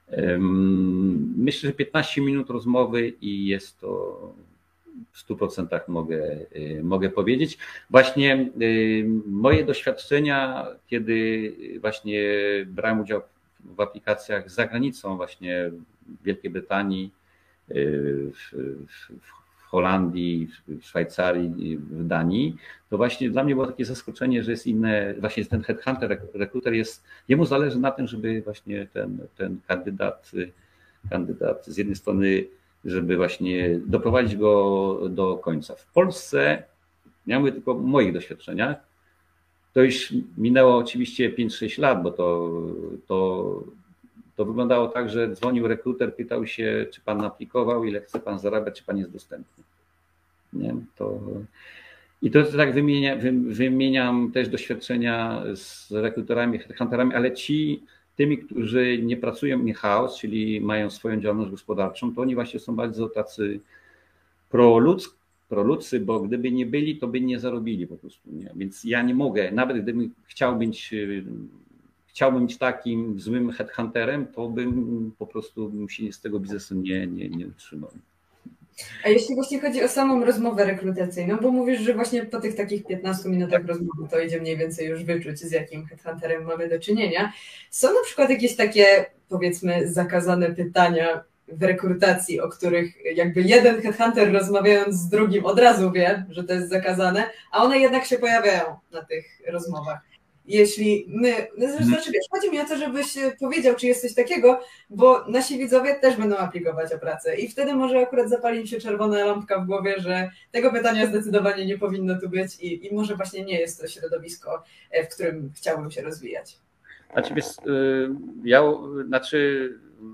Myślę, że piętnaście minut rozmowy i jest to w stu procentach mogę, mogę powiedzieć. Właśnie moje doświadczenia, kiedy właśnie brałem udział w aplikacjach za granicą, właśnie w Wielkiej Brytanii, w, w Holandii, w Szwajcarii, w Danii, to właśnie dla mnie było takie zaskoczenie, że jest inne, właśnie ten headhunter, rekruter jest, jemu zależy na tym, żeby właśnie ten, ten kandydat, kandydat z jednej strony, żeby właśnie doprowadzić go do końca. W Polsce, ja mówię tylko o moich doświadczeniach, to już minęło oczywiście pięć sześć lat, bo to, to, to wyglądało tak, że dzwonił rekruter, pytał się, czy pan aplikował, ile chce pan zarabiać, czy pan jest dostępny. Nie? To, I to tak wymienia, wymieniam też doświadczenia z rekruterami, headhunterami, ale ci, tymi, którzy nie pracują in-house, czyli mają swoją działalność gospodarczą, to oni właśnie są bardzo tacy proludzcy, proludzcy, bo gdyby nie byli, to by nie zarobili po prostu. Nie? Więc ja nie mogę, nawet gdybym chciał być, chciałbym być takim złym headhunterem, to bym po prostu bym się z tego biznesu nie, nie, nie utrzymał. A jeśli właśnie chodzi o samą rozmowę rekrutacyjną, bo mówisz, że właśnie po tych takich piętnastu minutach rozmowy to idzie mniej więcej już wyczuć, z jakim headhunterem mamy do czynienia. Są na przykład jakieś takie, powiedzmy, zakazane pytania w rekrutacji, o których jakby jeden headhunter rozmawiając z drugim od razu wie, że to jest zakazane, a one jednak się pojawiają na tych rozmowach. Jeśli my, no znaczy wiesz, chodzi mi o to, żebyś powiedział, czy jest coś takiego, bo nasi widzowie też będą aplikować o pracę i wtedy może akurat zapali im się czerwona lampka w głowie, że tego pytania zdecydowanie nie powinno tu być i, i może właśnie nie jest to środowisko, w którym chciałbym się rozwijać. Znaczy, wiesz, ja, znaczy,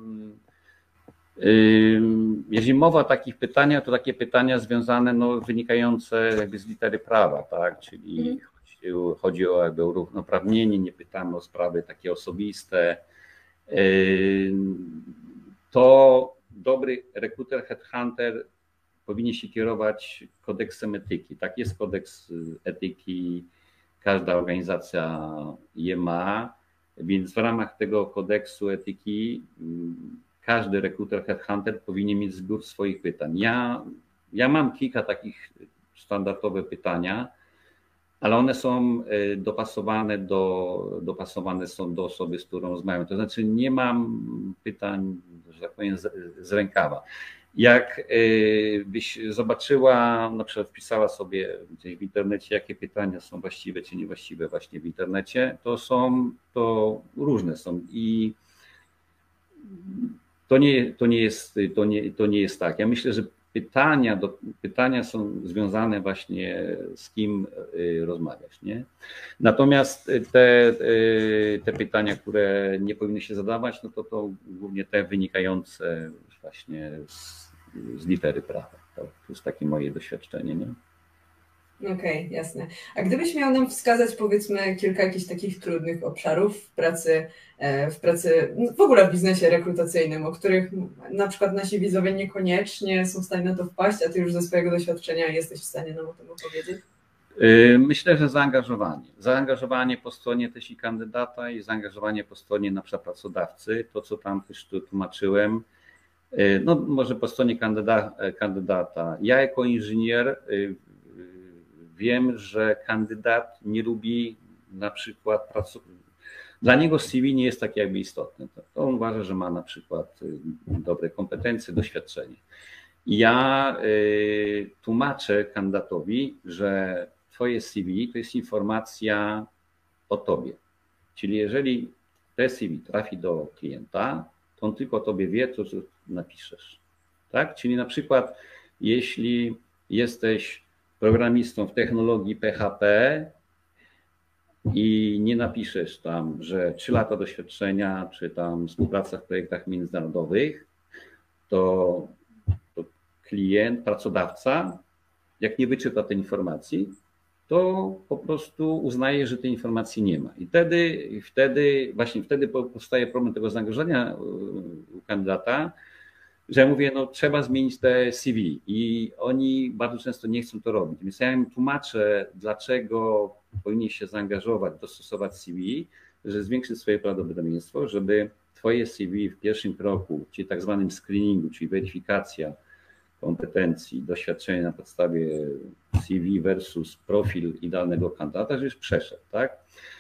jeżeli mowa o takich pytaniach, to takie pytania związane, no, wynikające jakby z litery prawa, tak, czyli mhm. chodzi o jakby równouprawnienie, nie pytamy o sprawy takie osobiste. To dobry rekruter, headhunter powinien się kierować kodeksem etyki. Tak, jest kodeks etyki, każda organizacja je ma, więc w ramach tego kodeksu etyki każdy rekruter, headhunter powinien mieć zbiór swoich pytań. Ja, ja mam kilka takich standardowych pytania, ale one są dopasowane do, dopasowane są do osoby, z którą rozmawiam. To znaczy nie mam pytań, że tak powiem, z, z rękawa. Jak byś zobaczyła, na przykład wpisała sobie gdzieś w internecie, jakie pytania są właściwe czy niewłaściwe właśnie w internecie, to są, to różne są i to nie, to nie jest, to nie, to nie jest tak. Ja myślę, że Pytania, do, pytania są związane właśnie z kim rozmawiasz, nie? Natomiast te, te pytania, które nie powinny się zadawać, no to to głównie te wynikające właśnie z, z litery prawa. To jest takie moje doświadczenie, nie? Okej, okay, jasne. A gdybyś miał nam wskazać, powiedzmy, kilka jakichś takich trudnych obszarów w pracy, w pracy, w ogóle w biznesie rekrutacyjnym, o których na przykład nasi widzowie niekoniecznie są w stanie na to wpaść, a ty już ze swojego doświadczenia jesteś w stanie nam o tym opowiedzieć? Myślę, że zaangażowanie. Zaangażowanie po stronie też i kandydata i zaangażowanie po stronie na przykład pracodawcy, to co tam też tu tłumaczyłem. No może po stronie kandyda, kandydata. Ja jako inżynier wiem, że kandydat nie lubi na przykład pracować. Dla niego C V nie jest tak jakby istotne. To on uważa, że ma na przykład dobre kompetencje, doświadczenie. I ja tłumaczę kandydatowi, że twoje C V to jest informacja o tobie. Czyli jeżeli te C V trafi do klienta, to on tylko o tobie wie, to co napiszesz. Tak? Czyli na przykład jeśli jesteś programistą w technologii P H P i nie napiszesz tam, że trzy lata doświadczenia, czy tam współpraca w projektach międzynarodowych, to, to klient, pracodawca, jak nie wyczyta tej informacji, to po prostu uznaje, że tej informacji nie ma. I wtedy, wtedy właśnie wtedy powstaje problem tego zaangażowania u kandydata, że ja mówię, no trzeba zmienić te C V i oni bardzo często nie chcą to robić. Więc ja im tłumaczę, dlaczego powinien się zaangażować, dostosować C V, że zwiększyć swoje prawdopodobieństwo, żeby twoje C V w pierwszym kroku, czyli tak zwanym screeningu, czyli weryfikacja kompetencji, doświadczenia na podstawie C V versus profil idealnego kandydata, że już przeszedł, tak?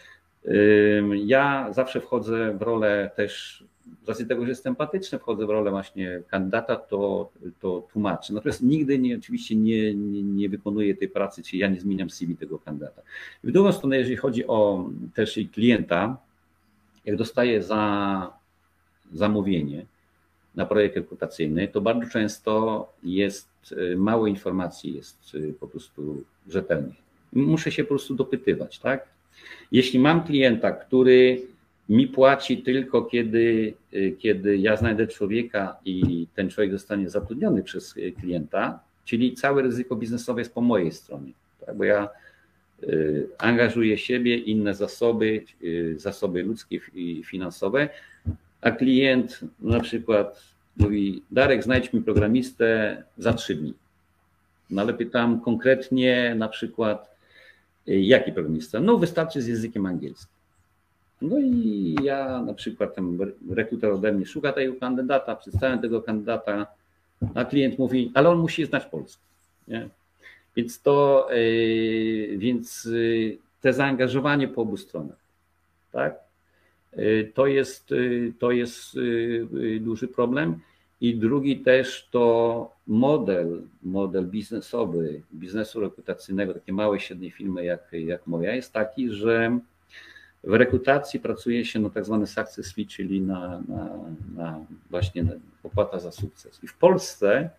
Ja zawsze wchodzę w rolę też, z racji tego, że jestem empatyczny, wchodzę w rolę właśnie kandydata, to, to tłumaczę. Natomiast nigdy nie, oczywiście nie, nie, nie wykonuję tej pracy, czyli ja nie zmieniam C V tego kandydata. W drugą stronę, jeżeli chodzi o też i klienta, jak dostaje za zamówienie na projekt rekrutacyjny, to bardzo często jest mało informacji, jest po prostu rzetelnych. Muszę się po prostu dopytywać, tak? Jeśli mam klienta, który mi płaci tylko kiedy, kiedy ja znajdę człowieka i ten człowiek zostanie zatrudniony przez klienta, czyli całe ryzyko biznesowe jest po mojej stronie, tak? Bo ja angażuję siebie, inne zasoby, zasoby ludzkie i finansowe, a klient na przykład mówi: Darek, znajdź mi programistę za trzy dni. No ale pytam konkretnie na przykład, jaki programista? No wystarczy z językiem angielskim. No i ja na przykład tam rekruter ode mnie szuka tego kandydata, przedstawiam tego kandydata, a klient mówi: ale on musi znać polski. Nie? Więc to, więc te zaangażowanie po obu stronach, tak? To jest, to jest duży problem. I drugi też to model, model biznesowy, biznesu rekrutacyjnego, takie małe, średnie firmy jak, jak moja, jest taki, że w rekrutacji pracuje się na tak zwany success fee, czyli na, na, na właśnie na opłata za sukces. I w Polsce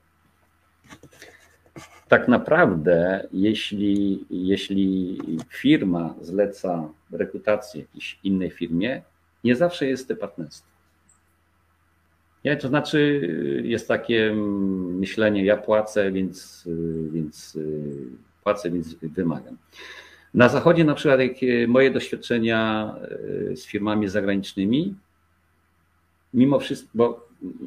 tak naprawdę, jeśli, jeśli firma zleca rekrutację jakiejś innej firmie, nie zawsze jest to partnerstwo. Nie, to znaczy jest takie myślenie: ja płacę, więc, więc płacę, więc wymagam. Na Zachodzie na przykład, jak moje doświadczenia z firmami zagranicznymi, mimo wszystko, bo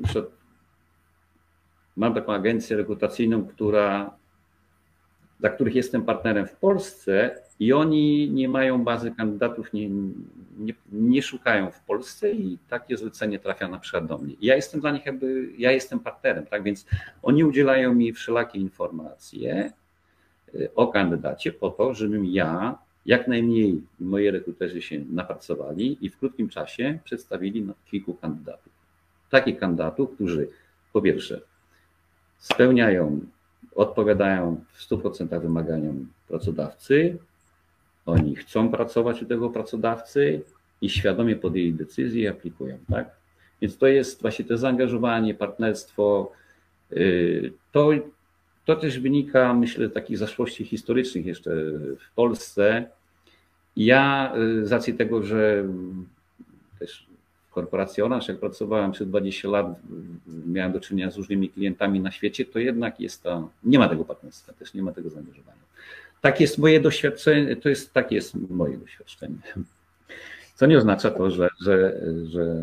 mam taką agencję rekrutacyjną, która, dla których jestem partnerem w Polsce, i oni nie mają bazy kandydatów, nie, nie, nie szukają w Polsce i takie zlecenie trafia na przykład do mnie. Ja jestem dla nich jakby, ja jestem partnerem, tak? Więc oni udzielają mi wszelakie informacje o kandydacie po to, żebym ja jak najmniej moi rekruterzy się napracowali i w krótkim czasie przedstawili kilku kandydatów. Takich kandydatów, którzy po pierwsze spełniają, odpowiadają w stu procentach wymaganiom pracodawcy, oni chcą pracować u tego pracodawcy i świadomie podjęli decyzję i aplikują, tak? Więc to jest właśnie to zaangażowanie, partnerstwo. To, to też wynika, myślę, z takich zaszłości historycznych jeszcze w Polsce. Ja z racji tego, że też w korporacji Orange, jak pracowałem przez dwadzieścia lat, miałem do czynienia z różnymi klientami na świecie, to jednak jest to, nie ma tego partnerstwa, też nie ma tego zaangażowania. Tak jest moje doświadczenie, to jest, takie jest moje doświadczenie. Co nie oznacza to, że, że, że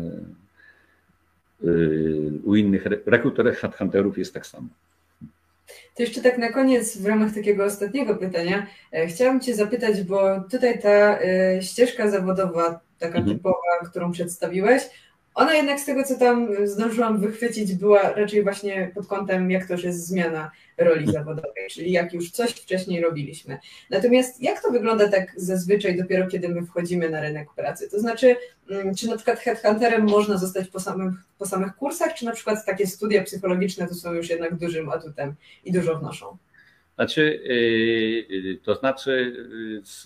u innych rekruterów, headhunterów jest tak samo. To jeszcze tak na koniec, w ramach takiego ostatniego pytania, chciałam Cię zapytać, bo tutaj ta ścieżka zawodowa, taka mhm. typowa, którą przedstawiłeś, ona jednak z tego, co tam zdążyłam wychwycić, była raczej właśnie pod kątem, jak to już jest zmiana roli zawodowej, czyli jak już coś wcześniej robiliśmy. Natomiast jak to wygląda tak zazwyczaj dopiero, kiedy my wchodzimy na rynek pracy? To znaczy, czy na przykład headhunterem można zostać po samych, po samych kursach, czy na przykład takie studia psychologiczne to są już jednak dużym atutem i dużo wnoszą? Znaczy, to znaczy z,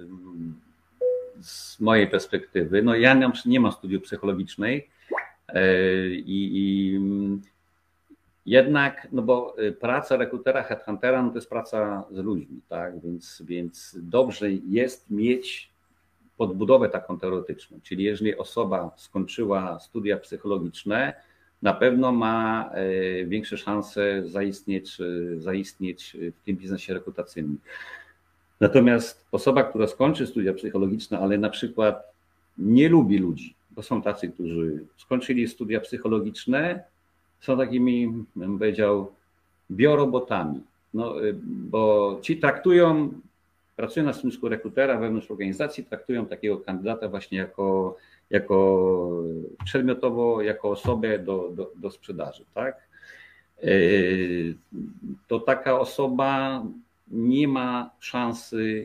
z mojej perspektywy, no ja nie, nie mam studiów psychologicznej i, i jednak, no bo praca rekrutera, headhuntera, no to jest praca z ludźmi, tak, więc, więc dobrze jest mieć podbudowę taką teoretyczną, czyli jeżeli osoba skończyła studia psychologiczne, na pewno ma większe szanse zaistnieć, zaistnieć w tym biznesie rekrutacyjnym. Natomiast osoba, która skończy studia psychologiczne, ale na przykład nie lubi ludzi, bo są tacy, którzy skończyli studia psychologiczne, są takimi, bym powiedział, biorobotami, no, bo ci traktują, pracują na stanowisku rekrutera wewnątrz organizacji, traktują takiego kandydata właśnie jako, jako przedmiotowo, jako osobę do, do, do sprzedaży, tak? To taka osoba nie ma szansy,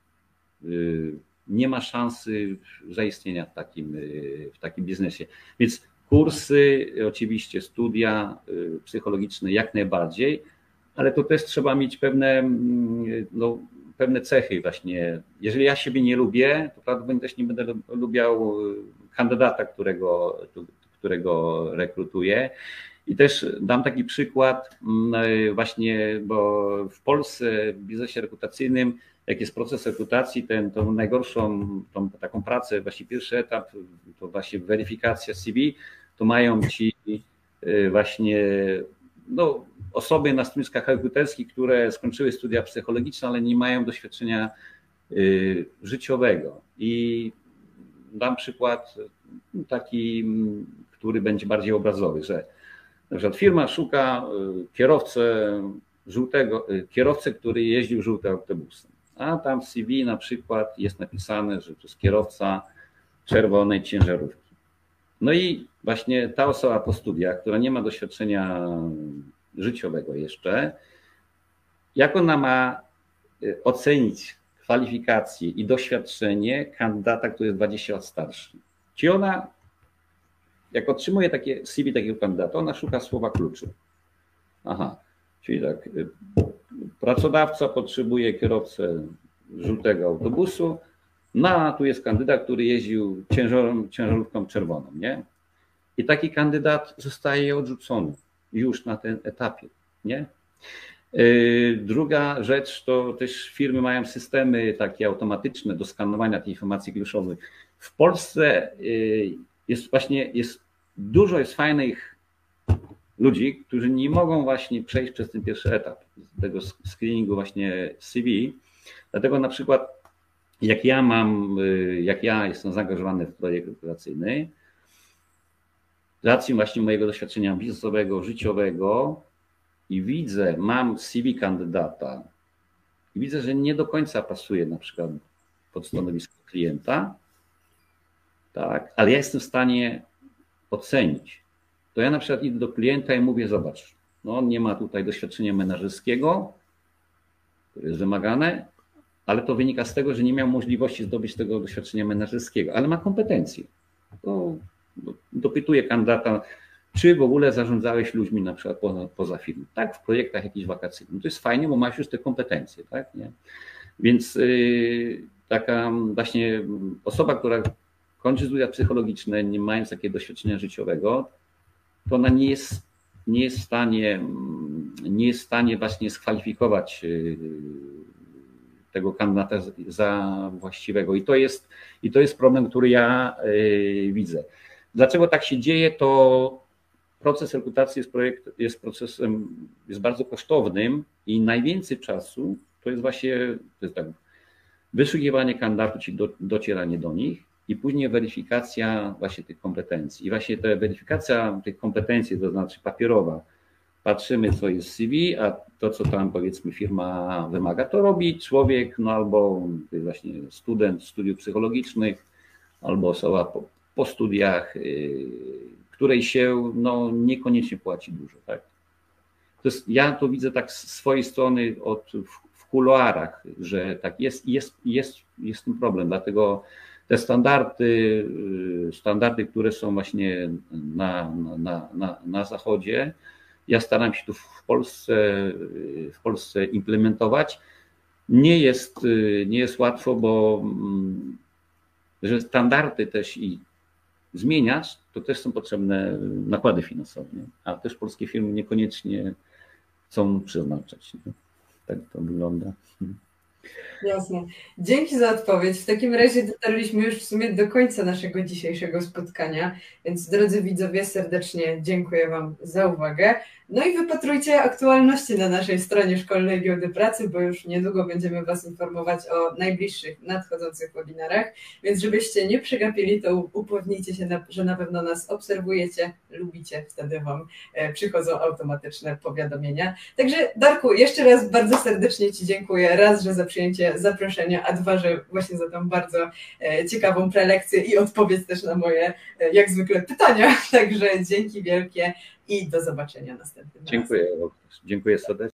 nie ma szansy zaistnienia w takim, w takim biznesie. Więc kursy, oczywiście studia psychologiczne jak najbardziej, ale to też trzeba mieć pewne, no, pewne cechy właśnie. Jeżeli ja siebie nie lubię, to prawdopodobnie też nie będę lubiał kandydata, którego, którego rekrutuję. I też dam taki przykład właśnie, bo w Polsce w biznesie rekrutacyjnym, jak jest proces rekrutacji, ten, tą najgorszą tą, taką pracę, właśnie pierwszy etap, to właśnie weryfikacja C V, to mają ci właśnie no, osoby na stanowiskach rekruterskich, które skończyły studia psychologiczne, ale nie mają doświadczenia y, życiowego. I dam przykład taki, który będzie bardziej obrazowy, że na przykład firma szuka kierowcę żółtego, kierowcę, który jeździł żółtym autobusem, a tam w C V na przykład jest napisane, że to jest kierowca czerwonej ciężarówki. No i właśnie ta osoba po studiach, która nie ma doświadczenia życiowego jeszcze, jak ona ma ocenić kwalifikacje i doświadczenie kandydata, który jest dwadzieścia lat starszy? Czy ona, jak otrzymuje takie C V takiego kandydata, ona szuka słowa kluczu. Aha, czyli tak, pracodawca potrzebuje kierowcę żółtego autobusu, no a tu jest kandydat, który jeździł ciężarówką czerwoną, nie? I taki kandydat zostaje odrzucony już na tym etapie, nie? Druga rzecz to też firmy mają systemy takie automatyczne do skanowania tej informacji kluczowych. W Polsce jest właśnie, jest dużo jest fajnych ludzi, którzy nie mogą właśnie przejść przez ten pierwszy etap tego screeningu właśnie C V. Dlatego na przykład jak ja mam, jak ja jestem zaangażowany w projekt rekrutacyjny, z racji właśnie mojego doświadczenia biznesowego, życiowego i widzę, mam C V kandydata i widzę, że nie do końca pasuje na przykład pod stanowisko klienta, tak, ale ja jestem w stanie ocenić. To ja na przykład idę do klienta i mówię, zobacz, no on nie ma tutaj doświadczenia menedżerskiego, które jest wymagane, ale to wynika z tego, że nie miał możliwości zdobyć tego doświadczenia menedżerskiego, ale ma kompetencje. To dopytuję kandydata, czy w ogóle zarządzałeś ludźmi na przykład poza, poza firmą. Tak, w projektach jakichś wakacyjnych. To jest fajnie, bo masz już te kompetencje, tak? Nie? Więc yy, taka właśnie osoba, która kończy studia psychologiczne, nie mając takiego doświadczenia życiowego, to ona nie jest, nie jest w stanie, nie jest w stanie właśnie skwalifikować yy, tego kandydata za właściwego. I to jest, i to jest problem, który ja yy, widzę. Dlaczego tak się dzieje, to proces rekrutacji jest, projekt, jest procesem, jest bardzo kosztownym i najwięcej czasu to jest właśnie to jest tak, wyszukiwanie kandydatów, czyli do, docieranie do nich i później weryfikacja właśnie tych kompetencji. I właśnie ta weryfikacja tych kompetencji, to znaczy papierowa, patrzymy co jest w C V, a to co tam powiedzmy firma wymaga, to robi człowiek, no albo właśnie student studiów psychologicznych, albo osoba po, po studiach, yy, której się no, niekoniecznie płaci dużo. Tak? To jest, ja to widzę tak z swojej strony od, w, w kuluarach, że tak jest, jest, jest, jest ten problem, dlatego te standardy, standardy, które są właśnie na, na, na, na zachodzie, ja staram się tu w Polsce, w Polsce implementować. Nie jest, nie jest łatwo, bo że standardy też i zmieniać, to też są potrzebne nakłady finansowe, nie? A też polskie firmy niekoniecznie chcą przeznaczać. Nie? Tak to wygląda. Jasne. Dzięki za odpowiedź. W takim razie dotarliśmy już w sumie do końca naszego dzisiejszego spotkania, więc drodzy widzowie, serdecznie dziękuję Wam za uwagę. No i wypatrujcie aktualności na naszej stronie Szkolnej Giełdy Pracy, bo już niedługo będziemy Was informować o najbliższych nadchodzących webinarach, więc żebyście nie przegapili, to upewnijcie się, że na pewno nas obserwujecie, lubicie, wtedy Wam przychodzą automatyczne powiadomienia. Także Darku, jeszcze raz bardzo serdecznie Ci dziękuję. Raz, że za przyjęcie zaproszenia, a dwa, że właśnie za tą bardzo ciekawą prelekcję i odpowiedź też na moje, jak zwykle, pytania. Także dzięki wielkie i do zobaczenia następnym razem. Dziękuję, dziękuję serdecznie.